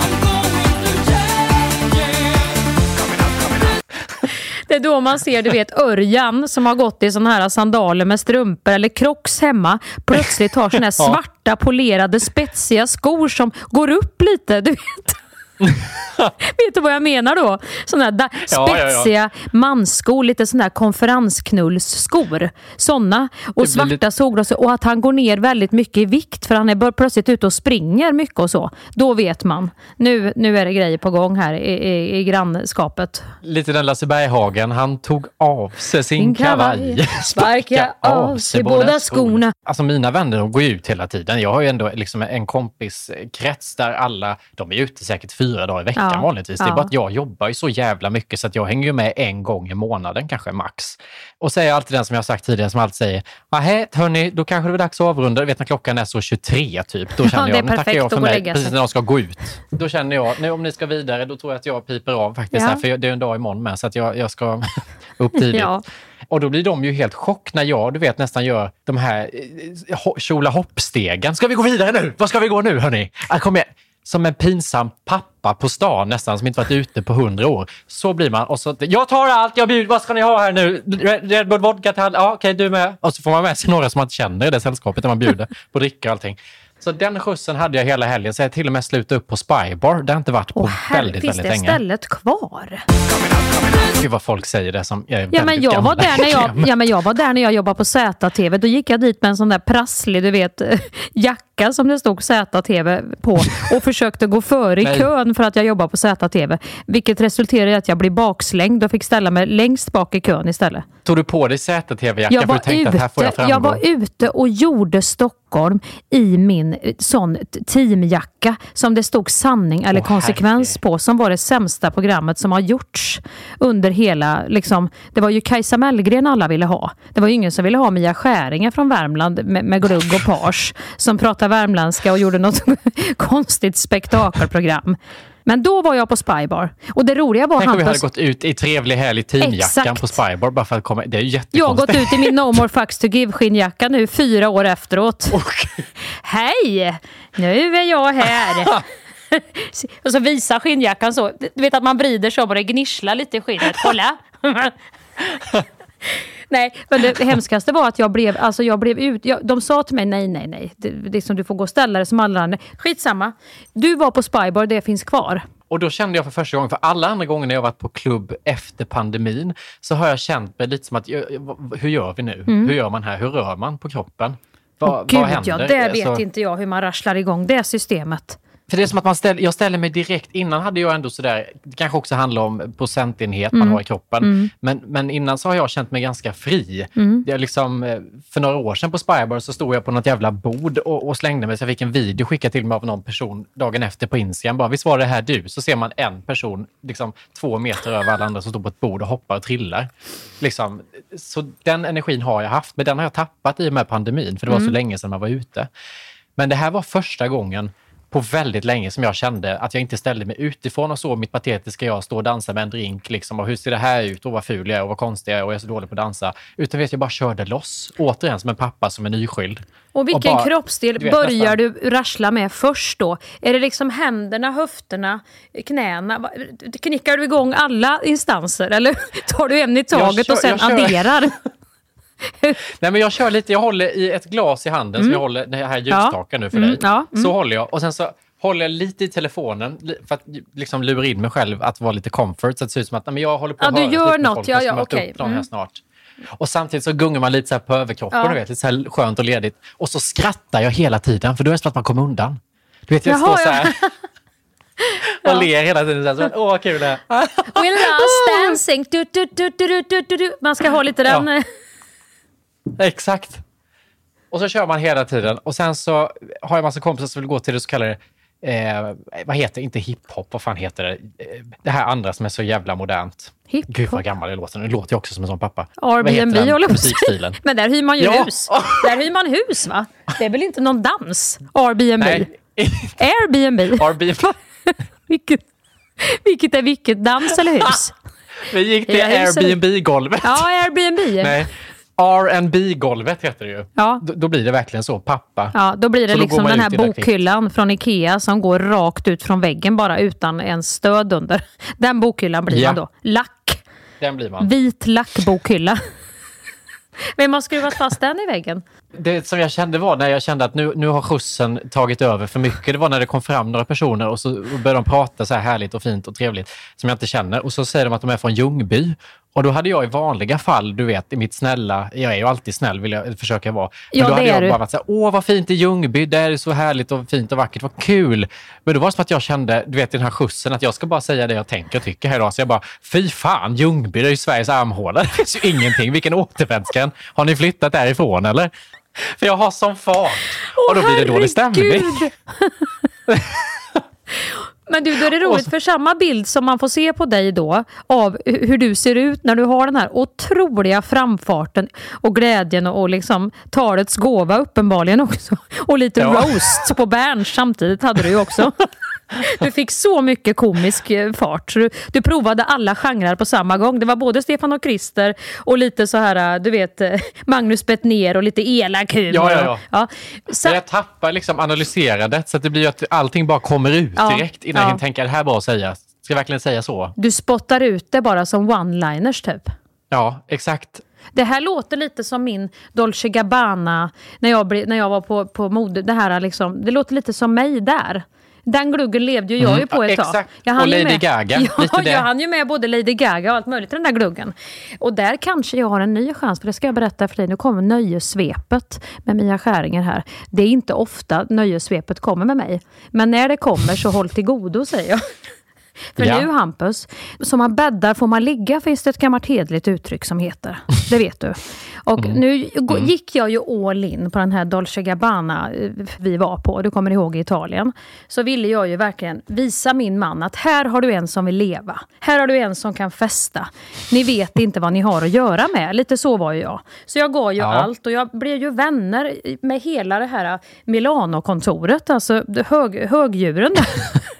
Det är då man ser, du vet, Örjan som har gått i såna här sandaler med strumpor eller Crocs hemma. Plötsligt har såna här svarta polerade spetsiga skor som går upp lite, du vet. Vet du vad jag menar då? Sådana där Ja, spetsiga ja, ja. mansskor, lite sådana här konferensknullsskor. Sådana. Och svarta lite... solglasögon. Och att han går ner väldigt mycket i vikt för han är bara plötsligt ute och springer mycket och så. Då vet man. Nu, nu är det grejer på gång här i, i, i grannskapet. Lite den Lasse Berghagen, han tog av sig sin, sin kavaj, kavaj sparka av sig båda skorna. Alltså mina vänner, de går ut hela tiden. Jag har ju ändå liksom en kompiskrets där alla, de är ute säkert fyra dagar i veckan ja, vanligtvis. Det är ja. bara att jag jobbar ju så jävla mycket så att jag hänger ju med en gång i månaden kanske max. Och säger alltid den som jag har sagt tidigare som alltid säger, nej hörni, då kanske det är dags att avrunda. Du vet när klockan är så tjugotre typ. Då känner ja, jag, nu tackar jag för mig precis när de ska gå ut. Då känner jag, nu om ni ska vidare, då tror jag att jag piper av faktiskt. Ja. Här, för det är en dag imorgon med så att jag, jag ska upp tidigt. Ja. Och då blir de ju helt chock när jag, du vet, nästan gör de här kjola hoppstegen. Ska vi gå vidare nu? Vad ska vi gå nu, hörni? Jag kommer som en pinsam pappa på stan nästan, som inte varit ute på hundra år. Så blir man. Och så, jag tar allt, jag bjuder, vad ska ni ha här nu? Red Bull vodka till, ja okej, du med. Och så får man med sig några som man inte känner i det sällskapet där man bjuder på dricka och allting. Så den skjutsen hade jag hela helgen. Så jag till och med slutade upp på Spybar. Det har inte varit på oh, väldigt, väldigt länge. Finns det stället kvar? Gud vad folk säger det som är ja, men jag var där när jag, ja, men jag var där när jag jobbade på Z T V. Då gick jag dit med en sån där prasslig, du vet, jacka som det stod Z T V på. Och försökte gå före i kön för att jag jobbar på Z T V. Vilket resulterade i att jag blev bakslängd och fick ställa mig längst bak i kön istället. Tog du på dig Z T V-jacka för att tänka att här får jag framgå? Jag var ute och gjorde Stockholm i min sån teamjacka som det stod sanning eller oh, konsekvens herre. på, som var det sämsta programmet som har gjorts under hela, liksom, det var ju Kajsa Mellgren alla ville ha. Det var ju ingen som ville ha Mia Skäringer från Värmland med, med glugg och page som pratade värmländska och gjorde något konstigt spektakelprogram. Men då var jag på Spybar. Och det roliga var... Tänk om vi hade gått ut i trevlig härlig teamjackan på Spybar bara för att komma... Det är ju jättekonstigt. Jag har gått ut i min No More Fucks to Give skinnjacka nu fyra år efteråt. Okay. Hej! Nu är jag här. Och så visar skinnjackan så. Du vet att man vrider sig om och det gnisslar lite i skinnet. Kolla! Nej, men det hemskaste var att jag blev, alltså jag blev ut, jag, de sa till mig nej, nej, nej, det, det är som du får gå och ställa det som alla andra. Skitsamma, du var på Spybar, det finns kvar. Och då kände jag för första gången, för alla andra gånger när jag varit på klubb efter pandemin så har jag känt mig lite som att, hur gör vi nu? Mm. Hur gör man här? Hur rör man på kroppen? Va, oh, Gud, vad händer? Ja, det vet alltså, inte jag hur man rasslar igång det systemet. För det är som att man ställer, jag ställer mig direkt, innan hade jag ändå sådär, det kanske också handlar om procentenhet man mm. har i kroppen, mm. men, men innan så har jag känt mig ganska fri. Mm. Jag liksom, för några år sedan på Spybar så stod jag på något jävla bord och, och slängde mig, så jag fick en video skickad till mig av någon person dagen efter på Instagram, bara visst var det här du? Så ser man en person liksom två meter över alla andra som står på ett bord och hoppar och trillar. Liksom, så den energin har jag haft, men den har jag tappat i och med pandemin, för det var mm. så länge sedan man var ute. Men det här var första gången på väldigt länge som jag kände att jag inte ställde mig utifrån och så mitt patetiska jag stå och dansa med en drink liksom, och hur ser det här ut och vad ful jag är och vad konstig jag är och jag är så dålig på att dansa, utan vet jag bara körde loss återigen som en pappa som är nyskild. Och vilken och bara, kroppsdel du vet, börjar nästan... du rassla med först då? Är det liksom händerna, höfterna, knäna? Knickar du igång alla instanser eller tar du en i taget kör, och sen adderar? Nej, men jag kör lite, jag håller i ett glas i handen mm. som jag håller det här ljusstaken ja. nu för mm. dig. Ja. Mm. Så håller jag och sen så håller jag lite i telefonen för att liksom lura in mig själv att vara lite comfort så att det ser ut som att men jag håller på att ja, du gör något, ja, ja, okej. Okay. Mm. snart. Och samtidigt så gungar man lite så här på överkroppen ja. du vet, lite så här skönt och ledigt och så skrattar jag hela tiden för då är det som att man kommer undan. Du vet, jag Jaha, står så här ja. och ja. ler hela tiden så här, åh vad kul det är. We love dancing. Du, du, du, du, du, du, du. Man ska ha lite den... Ja. Exakt. Och så kör man hela tiden. Och sen så har jag massa kompisar som vill gå till det så kallade eh, vad heter det? Inte hiphop, vad fan heter det? Det här andra som är så jävla modernt. Hiphop? Gud vad gammal det låter. Nu låter jag också som en sån pappa. Airbnb håller på musikstilen. Men där hyr man ju ja. hus. Där hyr man hus va? Det är väl inte någon dans? Airbnb. Nej. Airbnb. Airbnb. vilket, vilket är vilket? Dans eller hus? Vi gick till Airbnb-golvet. Ja, Airbnb. Nej. R and B-golvet heter det ju. Ja. D- då blir det verkligen så, pappa. Ja, då blir det så liksom den här bokhyllan från Ikea som går rakt ut från väggen bara utan en stöd under. Den bokhyllan blir ja. man då. Lack. Den blir man. Vit lackbokhylla. Vem har skruvat fast den i väggen? Det som jag kände var när jag kände att nu, nu har skjutsen tagit över för mycket. Det var när det kom fram några personer och så började de prata så här härligt och fint och trevligt som jag inte känner. Och så säger de att de är från Ljungby. Och då hade jag i vanliga fall, du vet, i mitt snälla, jag är ju alltid snäll vill jag försöka vara. Men ja, då hade jag du. bara varit så här, åh vad fint i Ljungby, det är så härligt och fint och vackert, vad kul. Men då var det som att jag kände, du vet i den här skjutsen, att jag ska bara säga det jag tänker och tycker här idag. Så jag bara, fy fan, Ljungby, det är ju Sveriges armhåla, det finns ju ingenting, vilken återvändsgränd. Har ni flyttat därifrån eller? För jag har sån fart. Åh, och då blir det dålig stämning. Men du, då är det roligt för samma bild som man får se på dig då av hur du ser ut när du har den här otroliga framfarten och glädjen och, och liksom talets gåva uppenbarligen också. Och lite ja. roast på Berns samtidigt hade du ju också. Du fick så mycket komisk fart. Så du, du provade alla genrer på samma gång. Det var både Stefan och Christer och lite så här, du vet, Magnus Bettner och lite elak humor. Ja, ja, ja. ja. Så, jag tappar liksom analyserandet så att det blir att allting bara kommer ut ja, direkt innan ja. jag tänker, det här bara att säga. Ska jag verkligen säga så? Du spottar ut det bara som one-liners typ. Ja, exakt. Det här låter lite som min Dolce Gabbana när jag, när jag var på, på mode. Det här liksom, det låter lite som mig där. Den gluggen levde ju jag mm, ju på ett exakt. tag. Jag och Lady Gaga. Ja, lite jag hann ju med både Lady Gaga och allt möjligt i den där gluggen. Och där kanske jag har en ny chans, för det ska jag berätta för dig. Nu kommer nöjesvepet med Mia Skäringer här. Det är inte ofta nöjesvepet kommer med mig. Men när det kommer så håll till godo, säger jag. För ja. nu, Hampus, som man bäddar får man ligga, finns det ett gammalt hedligt uttryck som heter. Det vet du. Och mm. nu mm. gick jag ju all in på den här Dolce Gabbana vi var på. Du kommer ihåg i Italien. Så ville jag ju verkligen visa min man att här har du en som vill leva. Här har du en som kan festa. Ni vet inte vad ni har att göra med. Lite så var ju jag. Så jag gav ju ja. allt och jag blev ju vänner med hela det här Milano-kontoret. Alltså hög, högdjuren där.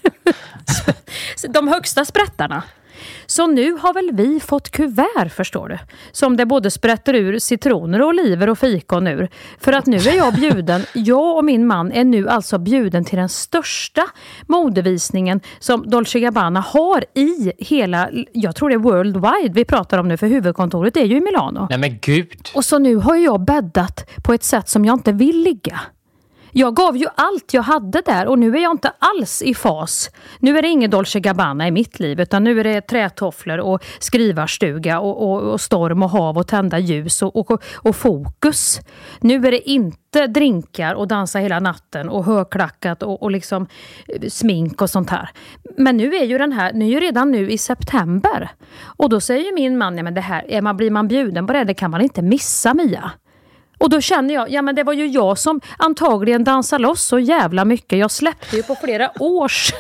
De högsta sprättarna. Så nu har väl vi fått kuvert, förstår du. Som det både sprätter ur citroner, oliver och fikon ur. För att nu är jag bjuden, jag och min man är nu alltså bjuden till den största modevisningen som Dolce Gabbana har i hela, jag tror det är worldwide vi pratar om nu, för huvudkontoret är ju i Milano. Nej men gud. Och så nu har jag bäddat på ett sätt som jag inte vill ligga. Jag gav ju allt jag hade där och nu är jag inte alls i fas. Nu är det ingen Dolce Gabbana i mitt liv, utan nu är det trätofflor och skrivarstuga och, och, och storm och hav och tända ljus och, och, och fokus. Nu är det inte drinkar och dansa hela natten och högklackat och, och liksom smink och sånt här. Men nu är ju den här, nu är ju redan nu i september. Och då säger ju min man, ja men det här, är man, blir man bjuden på det, det kan man inte missa, Mia. Och då känner jag, ja men det var ju jag som antagligen dansar loss så jävla mycket. Jag släppte ju på flera års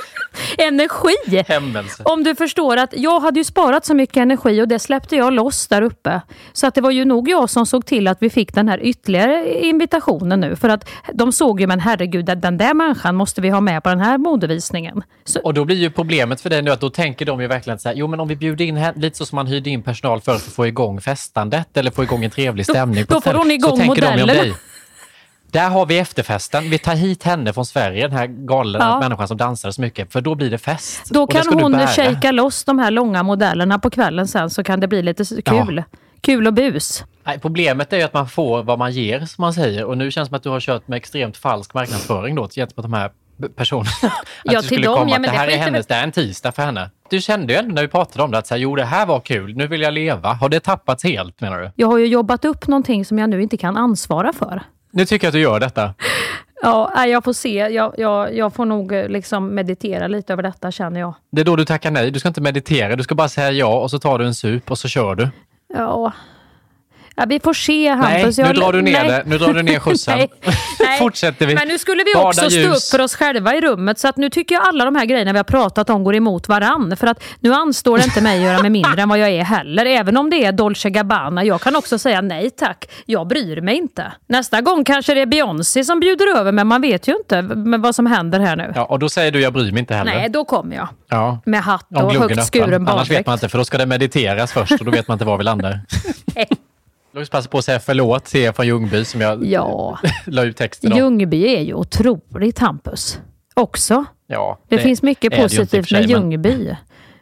energi. Hämmelse. Om du förstår att jag hade ju sparat så mycket energi och det släppte jag loss där uppe. Så att det var ju nog jag som såg till att vi fick den här ytterligare invitationen nu. För att de såg ju, men herregud, den där människan måste vi ha med på den här modevisningen. Så... Och då blir ju problemet för dig nu att då tänker de ju verkligen så här, jo men om vi bjuder in här, lite så som man hyrde in personal för att få igång festandet eller få igång en trevlig stämning. Då, då får hon igång modellen. Där har vi efterfesten. Vi tar hit henne från Sverige, den här galna ja. människan som dansar så mycket. För då blir det fest. Då kan hon shaka loss de här långa modellerna på kvällen sen, så kan det bli lite kul. Ja. Kul och bus. Nej, problemet är ju att man får vad man ger, som man säger. Och nu känns det som att du har kört med extremt falsk marknadsföring då gentemot de här personerna. Att ja, du till dem. Ja, men det här det är hennes, det är en tisdag för henne. Du kände ju ändå när vi pratade om det att så här, jo det här var kul, nu vill jag leva. Har det tappats helt, menar du? Jag har ju jobbat upp någonting som jag nu inte kan ansvara för. Nu tycker jag att du gör detta. Ja, jag får se. Jag, jag, jag får nog liksom meditera lite över detta, känner jag. Det är då du tackar nej. Du ska inte meditera. Du ska bara säga ja och så tar du en sup och så kör du. Ja... Ja, vi får se, Hampus. Nej, nu drar du ner nej. det. Nu drar du ner skjutsen. nej, nej. Fortsätter vi. Men nu skulle vi också stå upp för oss själva i rummet. Så att nu tycker jag alla de här grejerna vi har pratat om går emot varann. För att nu anstår det inte mig att göra mig mindre än vad jag är heller. Även om det är Dolce Gabbana. Jag kan också säga nej tack. Jag bryr mig inte. Nästa gång kanske det är Beyoncé som bjuder över. Men man vet ju inte med vad som händer här nu. Ja, och då säger du jag bryr mig inte heller. Nej, då kommer jag. Ja. Med hatt och högt skuren Annars vet man inte, för då ska det mediteras först. Och då vet man inte var vi landar. Jag vill passa på att säga förlåt till er från Ljungby som jag ja. la ut texten om. Ljungby är ju otroligt, Hampus. Också. Ja, det, det finns mycket positivt med Ljungby.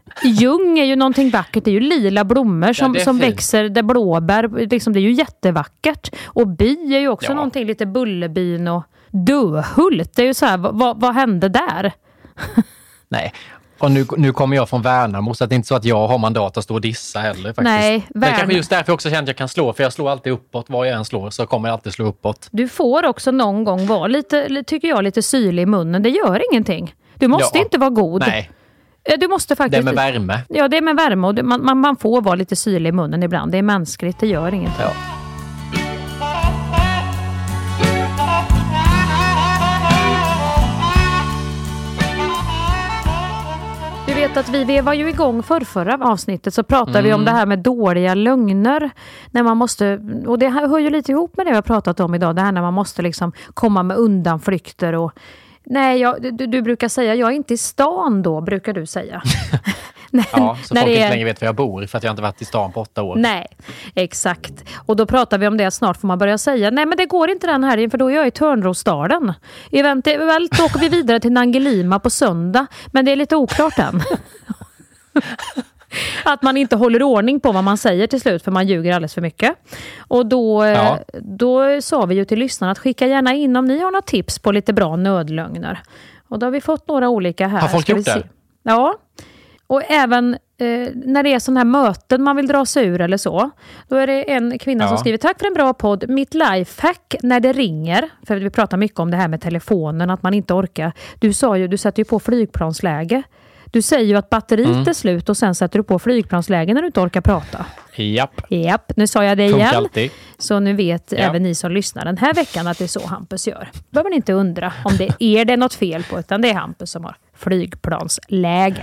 Ljung är ju någonting vackert. Det är ju lila blommor som, ja, som växer. Det blåbär. Liksom, det är ju jättevackert. Och bi är ju också ja. någonting lite Bullerbyn och Döhult. Det är ju så här, vad, vad hände där? Nej. Och nu, nu kommer jag från Värnamo, så att det är inte så att jag har mandat att stå och dissa heller faktiskt. Nej, Värn... Men kanske just därför jag också känner att jag kan slå, för jag slår alltid uppåt. Var jag än slår så kommer jag alltid slå uppåt. Du får också någon gång vara lite, tycker jag, lite syrlig i munnen. Det gör ingenting. Du måste ja. inte vara god. Nej. Du måste faktiskt... Det är med värme. Ja, det är med värme och man, man, man får vara lite syrlig i munnen ibland. Det är mänskligt, det gör ingenting. Ja. Du vet att vi, vi var ju igång för förra avsnittet, så pratade Mm. vi om det här med dåliga lögner. När man måste, och det hör ju lite ihop med det vi har pratat om idag. Det här när man måste liksom komma med undanflykter och... Nej, jag, du, du brukar säga, jag är inte i stan då, brukar du säga. när, ja, så när folk är... inte längre vet var jag bor, för att jag inte varit i stan på åtta år. Nej, exakt. Och då pratar vi om det att snart får man börja säga, nej men det går inte den här, för då är jag i Törnrostaden. Eventuellt då åker vi vidare till Nangelima på söndag, men det är lite oklart än. Att man inte håller ordning på vad man säger till slut, för man ljuger alldeles för mycket. Och då, ja. då sa vi ju till lyssnarna att skicka gärna in om ni har några tips på lite bra nödlögner. Och då har vi fått några olika här. Har folk gjort det? Ja. Och även eh, när det är sådana här möten man vill dra sig ur eller så. Då är det en kvinna ja. som skriver, tack för en bra podd. Mitt lifehack när det ringer. För vi pratar mycket om det här med telefonen, att man inte orkar. Du sa ju, du sätter ju på flygplansläge. Du säger ju att batteriet mm. är slut och sen sätter du på flygplansläge när du inte orkar prata. Japp. Japp, nu sa jag det igen. Alltid. Så nu vet ja. även ni som lyssnar den här veckan att det är så Hampus gör. Behöver ni inte undra om det är det något fel på, utan det är Hampus som har flygplansläge.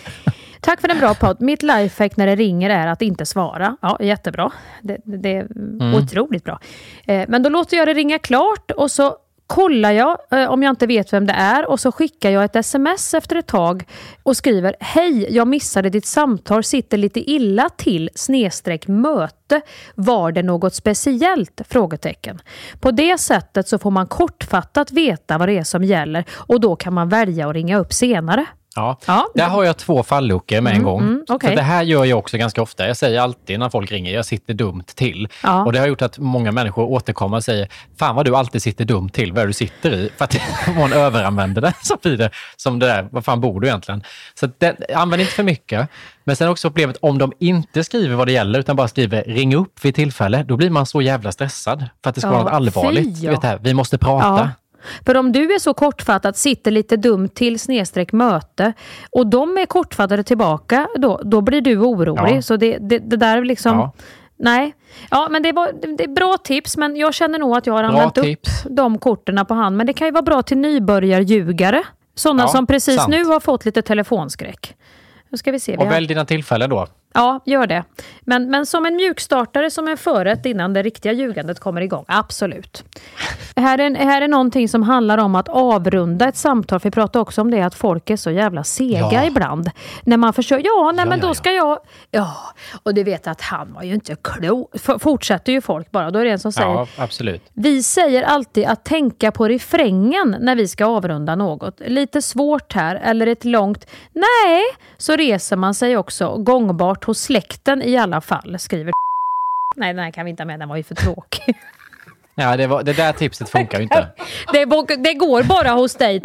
Tack för en bra podd. Mitt lifehack när det ringer är att inte svara. Ja, jättebra. Det, det är mm. otroligt bra. Eh, men då låter jag det ringa klart och så kollar jag eh, om jag inte vet vem det är, och så skickar jag ett sms efter ett tag och skriver, hej, jag missade ditt samtal, sitter lite illa till, snedstreck möte, var det något speciellt? Frågetecken. På det sättet så får man kortfattat veta vad det är som gäller, och då kan man välja att ringa upp senare. Ja, ja. Där har jag två falluckor med en mm, gång. Mm, okay. För det här gör jag också ganska ofta. Jag säger alltid när folk ringer, jag sitter dumt till. Ja. Och det har gjort att många människor återkommer och säger, fan vad du alltid sitter dumt till, vad du sitter i. För att man överanvänder det, så blir det som det där, vad fan bor du egentligen? Så det, använd inte för mycket. Men sen också problemet, om de inte skriver vad det gäller utan bara skriver ring upp vid tillfälle, då blir man så jävla stressad. För att det ska ja, vara något allvarligt. Fy, ja. Vet det här, vi måste prata. Ja. För om du är så kortfattat, sitter lite dumt till snedstreck möte och de är kortfattade tillbaka, då, då blir du orolig. Ja. Så det, det, det där liksom... Ja. Nej. Ja, men det, var, det är bra tips, men jag känner nog att jag har använt upp de korterna på hand. Men det kan ju vara bra till nybörjarljugare. Sådana ja, som precis sant. nu har fått lite telefonskräck. Nu ska vi se. Och välj dina tillfällen då. Ja, gör det. Men, men som en mjukstartare, som en förrätt innan det riktiga ljugandet kommer igång. Absolut. Här är, här är någonting som handlar om att avrunda ett samtal. För vi pratar också om det, att folk är så jävla sega ja. ibland. När man försöker, ja, nej, ja, men ja, då ska ja. jag... Ja, och du vet att han var ju inte klok. Fortsätter ju folk bara. Då är det en som säger... Ja, absolut. Vi säger alltid att tänka på refrängen när vi ska avrunda något. Lite svårt här, eller ett långt... Nej, så reser man sig också gångbart hos släkten i alla fall, skriver. Nej, den här kan vi inte ha med, den var ju för tråkig. Ja, det, var, det där tipset funkar ju inte. Det, det går bara hos dig.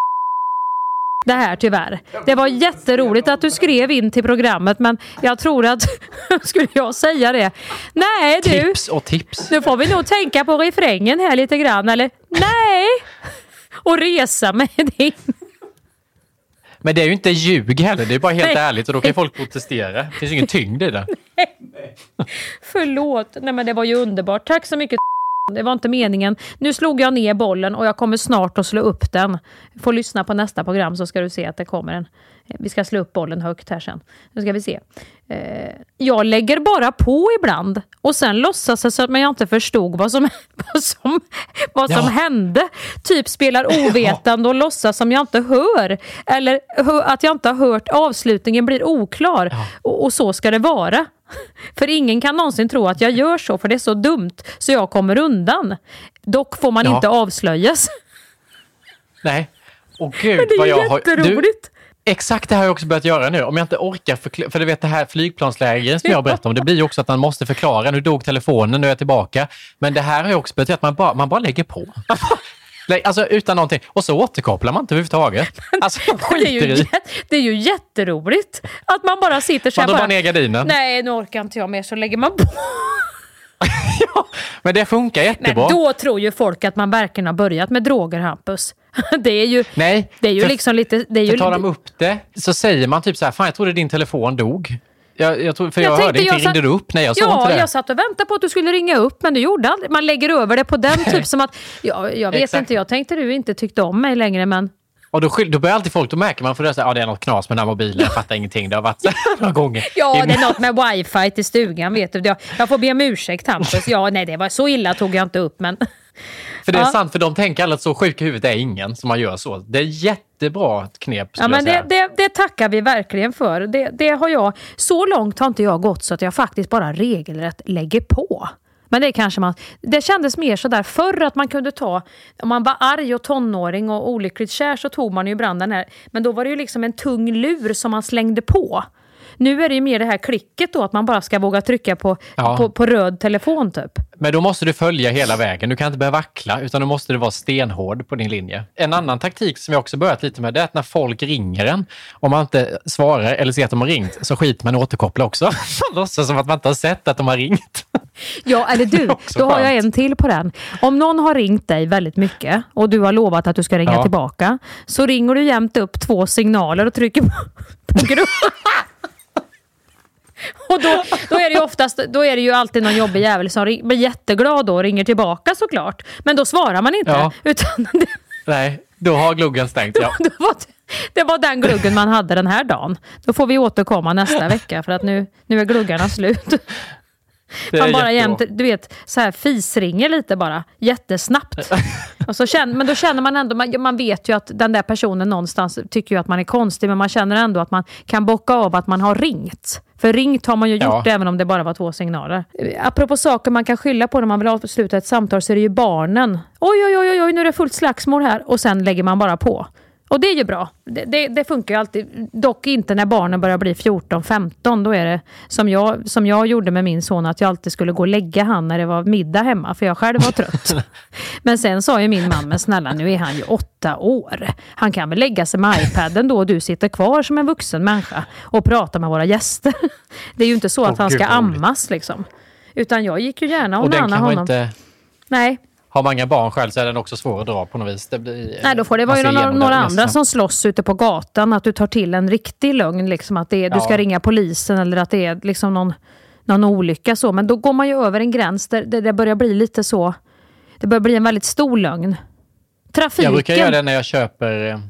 Det här tyvärr. Det var jätteroligt att du skrev in till programmet, men jag tror att, skulle jag säga det? Nej du. Tips och tips. Nu får vi nog tänka på refrängen här lite grann, eller? Nej. Och resa med din. Men det är ju inte ljug heller, det är bara helt Nej. ärligt, och då kan folk protestera. Det finns ju ingen tyngd i det. Nej. Förlåt. Nej, men det var ju underbart. Tack så mycket. Det var inte meningen. Nu slog jag ner bollen och jag kommer snart att slå upp den. Får lyssna på nästa program så ska du se att det kommer en. Vi ska slå upp bollen högt här sen. Nu ska vi se. Jag lägger bara på ibland och sen låtsas jag så att jag inte förstod vad som, vad som, vad som ja. hände. Typ spelar ovetande och låtsas som jag inte hör. Eller att jag inte har hört. Avslutningen blir oklar. Ja. Och, och så ska det vara. För ingen kan någonsin tro att jag gör så, för det är så dumt så jag kommer undan. Dock får man ja. inte avslöjas. Nej. Och gud, men det är vad jag jätteroligt. har... Du... Exakt, det har jag också börjat göra nu. Om jag inte orkar förklara, för du vet det här flygplanslägen som jag berättade om, det blir ju också att man måste förklara, nu dog telefonen, nu är jag tillbaka. Men det här har jag också börjat att man bara, man bara lägger på. Alltså utan någonting. Och så återkopplar man inte överhuvudtaget. Alltså skiter det, är ju, i. det är ju jätteroligt att man bara sitter så här. Man drar bara, bara ner gardinen. Nej, nu orkar inte jag mer, så lägger man på. Ja, men det funkar jättebra. Men då tror ju folk att man verkligen har börjat med droger, Hampus. Det är ju, Nej, det är ju för, liksom lite... Det är ju för tar lite... de upp det så säger man typ så här, fan jag trodde din telefon dog. Jag, jag tror, för jag, jag hörde inte, jag ringde satt, du upp? Nej, jag såg ja, inte det. jag satt och väntade på att du skulle ringa upp, men du gjorde aldrig. Man lägger över det på den typ som att, ja, jag vet Exakt. inte, jag tänkte du inte tyckte om mig längre, men... Och då, då börjar alltid folk, då märker man för det, så här, ah, det är något knas med den här mobilen, jag fattar ingenting, det har varit så några gånger. Ja, det är något med wifi till stugan, vet du. Jag, jag får be om ursäkt, Hampus. Ja, nej, det var så illa tog jag inte upp, men... För det är ja. sant, för de tänker alla att så sjuk i huvudet är ingen som man gör så. Det är jättebra knep, Ja, men det, det, det tackar vi verkligen för. Det, det har jag, så långt har inte jag gått så att jag faktiskt bara regelrätt lägger på. Men det kanske man, det kändes mer så där förr att man kunde ta, om man var arg och tonåring och olyckligt kär så tog man ju ibland den här, men då var det ju liksom en tung lur som man slängde på. Nu är det ju mer det här klicket då, att man bara ska våga trycka på, ja. på, på röd telefon typ. Men då måste du följa hela vägen. Du kan inte börja vackla, utan då måste du vara stenhård på din linje. En annan taktik som jag också börjat lite med, det är att när folk ringer en, om man inte svarar eller ser att de har ringt, så skiter man återkoppla också. Låtsas som att man inte har sett att de har ringt. Ja, eller du, då har jag en till på den. Om någon har ringt dig väldigt mycket och du har lovat att du ska ringa ja. tillbaka, så ringer du jämt upp två signaler och trycker på, på grupp. Och då, då är det ju oftast, då är det ju alltid någon jobbig jävel som ring, blir jätteglad då och ringer tillbaka såklart. Men då svarar man inte. Ja. Utan det, nej, då har gluggen stängt. Ja. det, var, det var den gluggen man hade den här dagen. Då får vi återkomma nästa vecka för att nu, nu är gluggarna slut. Man bara jämt, du vet, så här fisringer lite bara, jättesnabbt. Och så känner, men då känner man ändå, man, man vet ju att den där personen någonstans tycker ju att man är konstig, men man känner ändå att man kan bocka av att man har ringt. För ringt har man ju gjort ja. även om det bara var två signaler. Apropå saker man kan skylla på när man vill avsluta ett samtal, så är det ju barnen. Oj, oj, oj, oj, nu är det fullt slagsmål här. Och sen lägger man bara på. Och det är ju bra. Det, det, det funkar ju alltid. Dock inte när barnen börjar bli fjorton femton. Då är det som jag, som jag gjorde med min son, att jag alltid skulle gå och lägga han när det var middag hemma. För jag själv var trött. Men sen sa ju min man, men snälla, nu är han ju åtta år. Han kan väl lägga sig med iPaden då och du sitter kvar som en vuxen människa och pratar med våra gäster. Det är ju inte så att oh, han ska Gud, ammas liksom. Utan jag gick ju gärna och, och nanna honom. Inte... Nej. Har många barn själv så är den också svår att dra på något vis. Det blir, nej, då får det vara ju några, några andra som slåss ute på gatan. Att du tar till en riktig lögn. Liksom, att det är, ja. du ska ringa polisen eller att det är liksom någon, någon olycka. Så. Men då går man ju över en gräns där det, det börjar bli lite så. Det börjar bli en väldigt stor lögn. Trafiken. Jag brukar göra det när jag köper...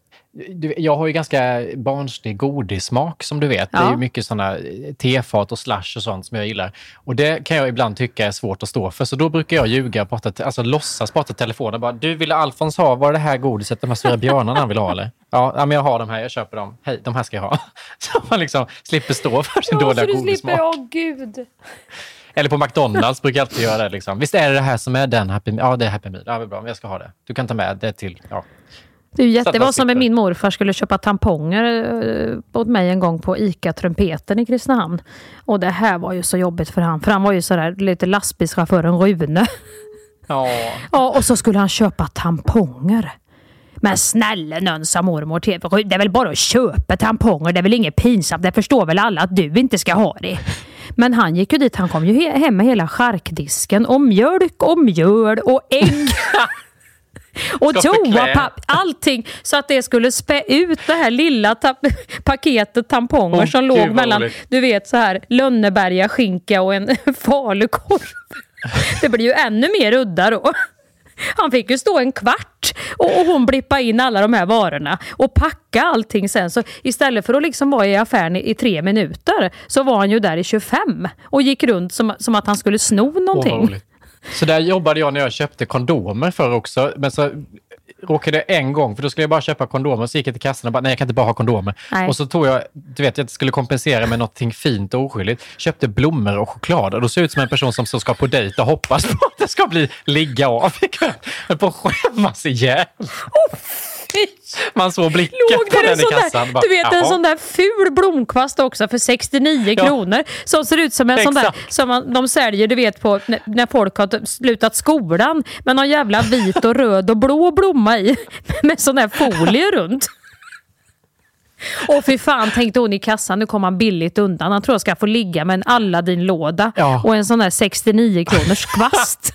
Jag har ju ganska barnslig godissmak som du vet. Ja. Det är ju mycket sådana tefat och slash och sånt som jag gillar. Och det kan jag ibland tycka är svårt att stå för. Så då brukar jag ljuga, prata, alltså låtsas prata telefonen. Bara, du, ville Alfons ha, var det här godiset, de här stora björnarna han vill ha eller? Ja, men jag har de här, jag köper dem. Hej, de här ska jag ha. Så man liksom slipper stå för sin ja, dåliga godissmak. Åh gud. Eller på McDonalds brukar jag alltid göra det liksom. Visst är det det här som är den Happy Meal? Ja, det är Happy Meal. Ja, det är bra, men jag ska ha det. Du kan ta med det till, ja. Det är jätte, det var som med min morfar skulle köpa tamponger eh, åt mig en gång på Ica-trumpeten i Kristinehamn. Och det här var ju så jobbigt för han. För han var ju sådär lite lastbilschauffören Rune. Ja. Ja, och så skulle han köpa tamponger. Men snälla någon sa mormor till. Det är väl bara att köpa tamponger. Det är väl inget pinsamt. Det förstår väl alla att du inte ska ha det. Men han gick ju dit. Han kom ju hem med hela charkdisken. Och mjölk och mjöl och ägg. Och toapapp, allting, så att det skulle spä ut det här lilla ta- paketet tamponger oh, som låg mellan, roligt. Du vet så här, Lönneberga skinka och en falukorv. Det blir ju ännu mer udda då. Han fick ju stå en kvart och hon blippa in alla de här varorna och packa allting sen. Så istället för att liksom vara i affären i, i tre minuter så var han ju där i tjugofem och gick runt som, som att han skulle sno någonting. Oh, så där jobbade jag när jag köpte kondomer för också. Men så råkade jag en gång, för då skulle jag bara köpa kondomer. Så gick jag till kassan och bara, nej jag kan inte bara ha kondomer. Nej. Och så tog jag, du vet, jag skulle kompensera med någonting fint och oskyldigt. Köpte blommor och choklad. Och då ser ut som en person som så ska på dejt och hoppas på att det ska bli ligga av. Jag höll på att skämmas ihjäl. Man såg blicken Låg på där den en i sån kassan. där, Bara, du vet jaha. en sån där ful blomkvast också för sextionio Ja. kronor. Som ser ut som en sån där Exakt. som man, de säljer, du vet, på när, när folk har slutat skolan. Med någon jävla vit och röd och blå blomma i. Med sån där folie runt. Och för fan, tänkte hon i kassan, nu kommer han billigt undan. Han tror jag ska få ligga med en Aladdin-låda Ja. och en sån där sextionio kronors kvast.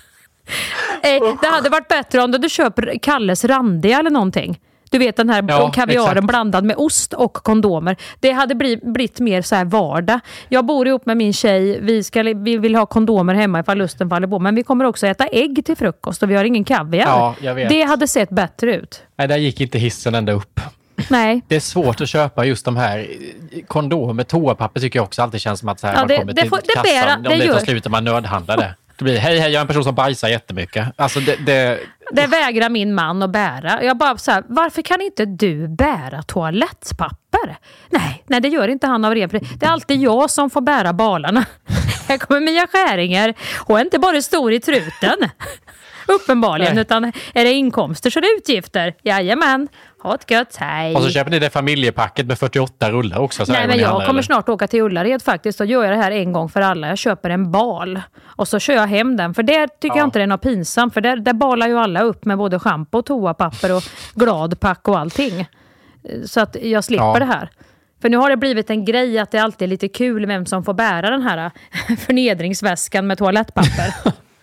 eh, det hade varit bättre om du köper Kalles randiga eller någonting. Du vet den här Ja, kaviaren exakt. blandad med ost och kondomer. Det hade blivit, blivit mer så här vardag. Jag bor ihop med min tjej. Vi, ska, vi vill ha kondomer hemma ifall lusten faller på. Men vi kommer också äta ägg till frukost och vi har ingen kaviar. Ja, jag vet. Det hade sett bättre ut. Nej, där gick inte hissen ända upp. Nej. Det är svårt att köpa just de här kondomer, toapapper tycker jag också alltid känns som att så här, Ja, man det- kommer det till får- det kassan, bära- om det det gör- tar slut och man nödhandlar det. Det blir, hej hej, jag är en person som bajsar jättemycket. Alltså det... det Det vägrar min man att bära. Jag bara så här, varför kan inte du bära toalettpapper? Nej, nej det gör inte han av ren. Det är alltid jag som får bära balarna. Här kommer Mia Skäringer. Hon är inte bara stor i truten. Uppenbarligen, Nej. utan är det inkomster så är det utgifter. Jajamän, ha ett gött, hej. och så köper ni det familjepacket med fyrtioåtta rullar också. Så Nej, här men går ni jag handlar, kommer eller? snart åka till Ullared faktiskt och gör jag det här en gång för alla. Jag köper en bal och så kör jag hem den. För det tycker Ja. jag inte det är något pinsamt. För där, där balar ju alla upp med både shampoo och toapapper och gladpack och allting. Så att jag slipper Ja. det här. För nu har det blivit en grej att det alltid är lite kul vem som får bära den här förnedringsväskan med toalettpapper.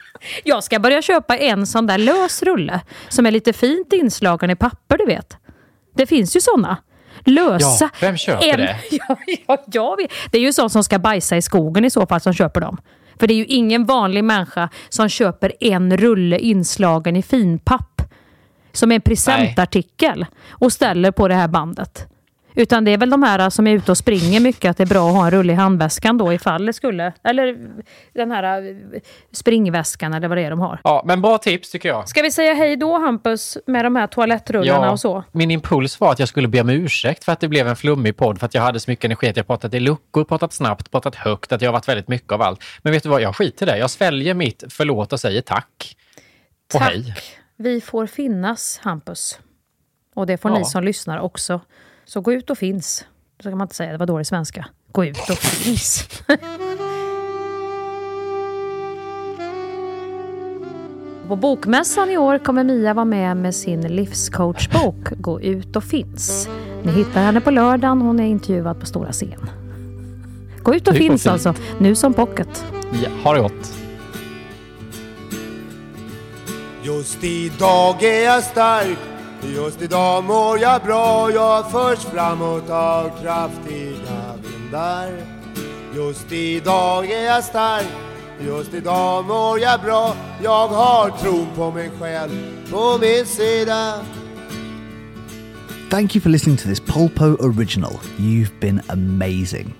Jag ska börja köpa en sån där lös rulle som är lite fint inslagen i papper, du vet. Det finns ju såna. Lösa. Ja, vem köper det? Ja, ja, jag vet. Det är ju sån som ska bajsa i skogen i så fall som köper dem. För det är ju ingen vanlig människa som köper en rulle inslagen i finpapp som är en presentartikel och ställer på det här bandet. Utan det är väl de här som är ute och springer mycket att det är bra att ha en rulle i handväskan då ifall det skulle, eller den här springväskan eller vad det är de har. Ja, men bra tips tycker jag. Ska vi säga hej då, Hampus, med de här toalettrullarna Ja, och så? min impuls var att jag skulle be om ursäkt för att det blev en flummig podd, för att jag hade så mycket energi att jag pratat i luckor, pratat snabbt, pratat högt, att jag har varit väldigt mycket av allt. Men vet du vad, jag skiter i det. Jag sväljer mitt förlåt och säger tack. Och Tack. hej. Vi får finnas, Hampus. Och det får Ja. ni som lyssnar också. Så gå ut och finns. Så kan man inte säga, det var dålig svenska. Gå ut och finns. På bokmässan i år kommer Mia vara med med sin livscoachbok Gå ut och finns. Ni hittar henne på lördagen. Hon är intervjuad på stora scen. Gå ut och Det är finns fint. alltså. Nu som pocket. Ja, ha det gott. Just idag är jag stark, just idag mår jag bra. Jag förs framåt av kraftiga vindar. Just idag är jag stark, just idag mår jag bra. Jag har tron på mig själv på min sida. Thank you for listening to this Polpo original. You've been amazing.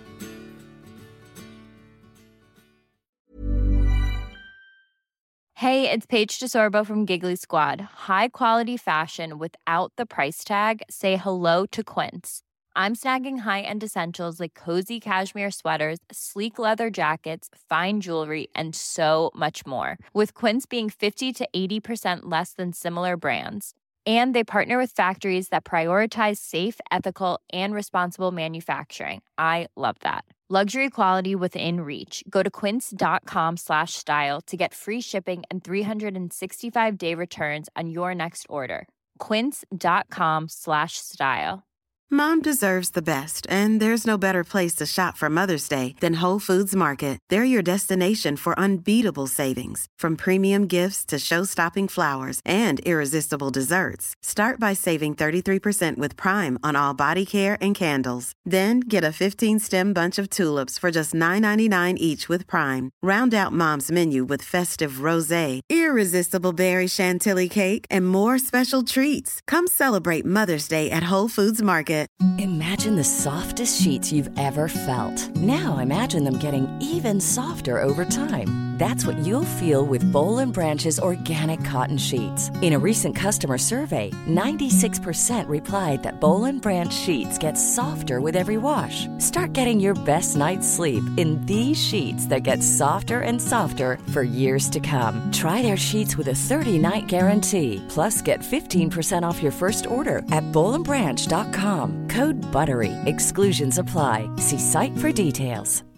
Hey, it's Paige DeSorbo from Giggly Squad. High quality fashion without the price tag. Say hello to Quince. I'm snagging high-end essentials like cozy cashmere sweaters, sleek leather jackets, fine jewelry, and so much more. With Quince being fifty to eighty percent less than similar brands. And they partner with factories that prioritize safe, ethical, and responsible manufacturing. I love that. Luxury quality within reach. Go to quince.com slash style to get free shipping and three sixty-five day returns on your next order. Quince.com slash style. Mom deserves the best, and there's no better place to shop for Mother's Day than Whole Foods Market. They're your destination for unbeatable savings, from premium gifts to show-stopping flowers and irresistible desserts. Start by saving thirty-three percent with Prime on all body care and candles. Then get a fifteen-stem bunch of tulips for just nine ninety-nine each with Prime. Round out Mom's menu with festive rosé, irresistible berry chantilly cake, and more special treats. Come celebrate Mother's Day at Whole Foods Market. Imagine the softest sheets you've ever felt. Now imagine them getting even softer over time. That's what you'll feel with Boll and Branch's organic cotton sheets. In a recent customer survey, ninety-six percent replied that Boll and Branch sheets get softer with every wash. Start getting your best night's sleep in these sheets that get softer and softer for years to come. Try their sheets with a thirty-night guarantee. Plus, get fifteen percent off your first order at boll and branch dot com. Code BUTTERY. Exclusions apply. See site for details.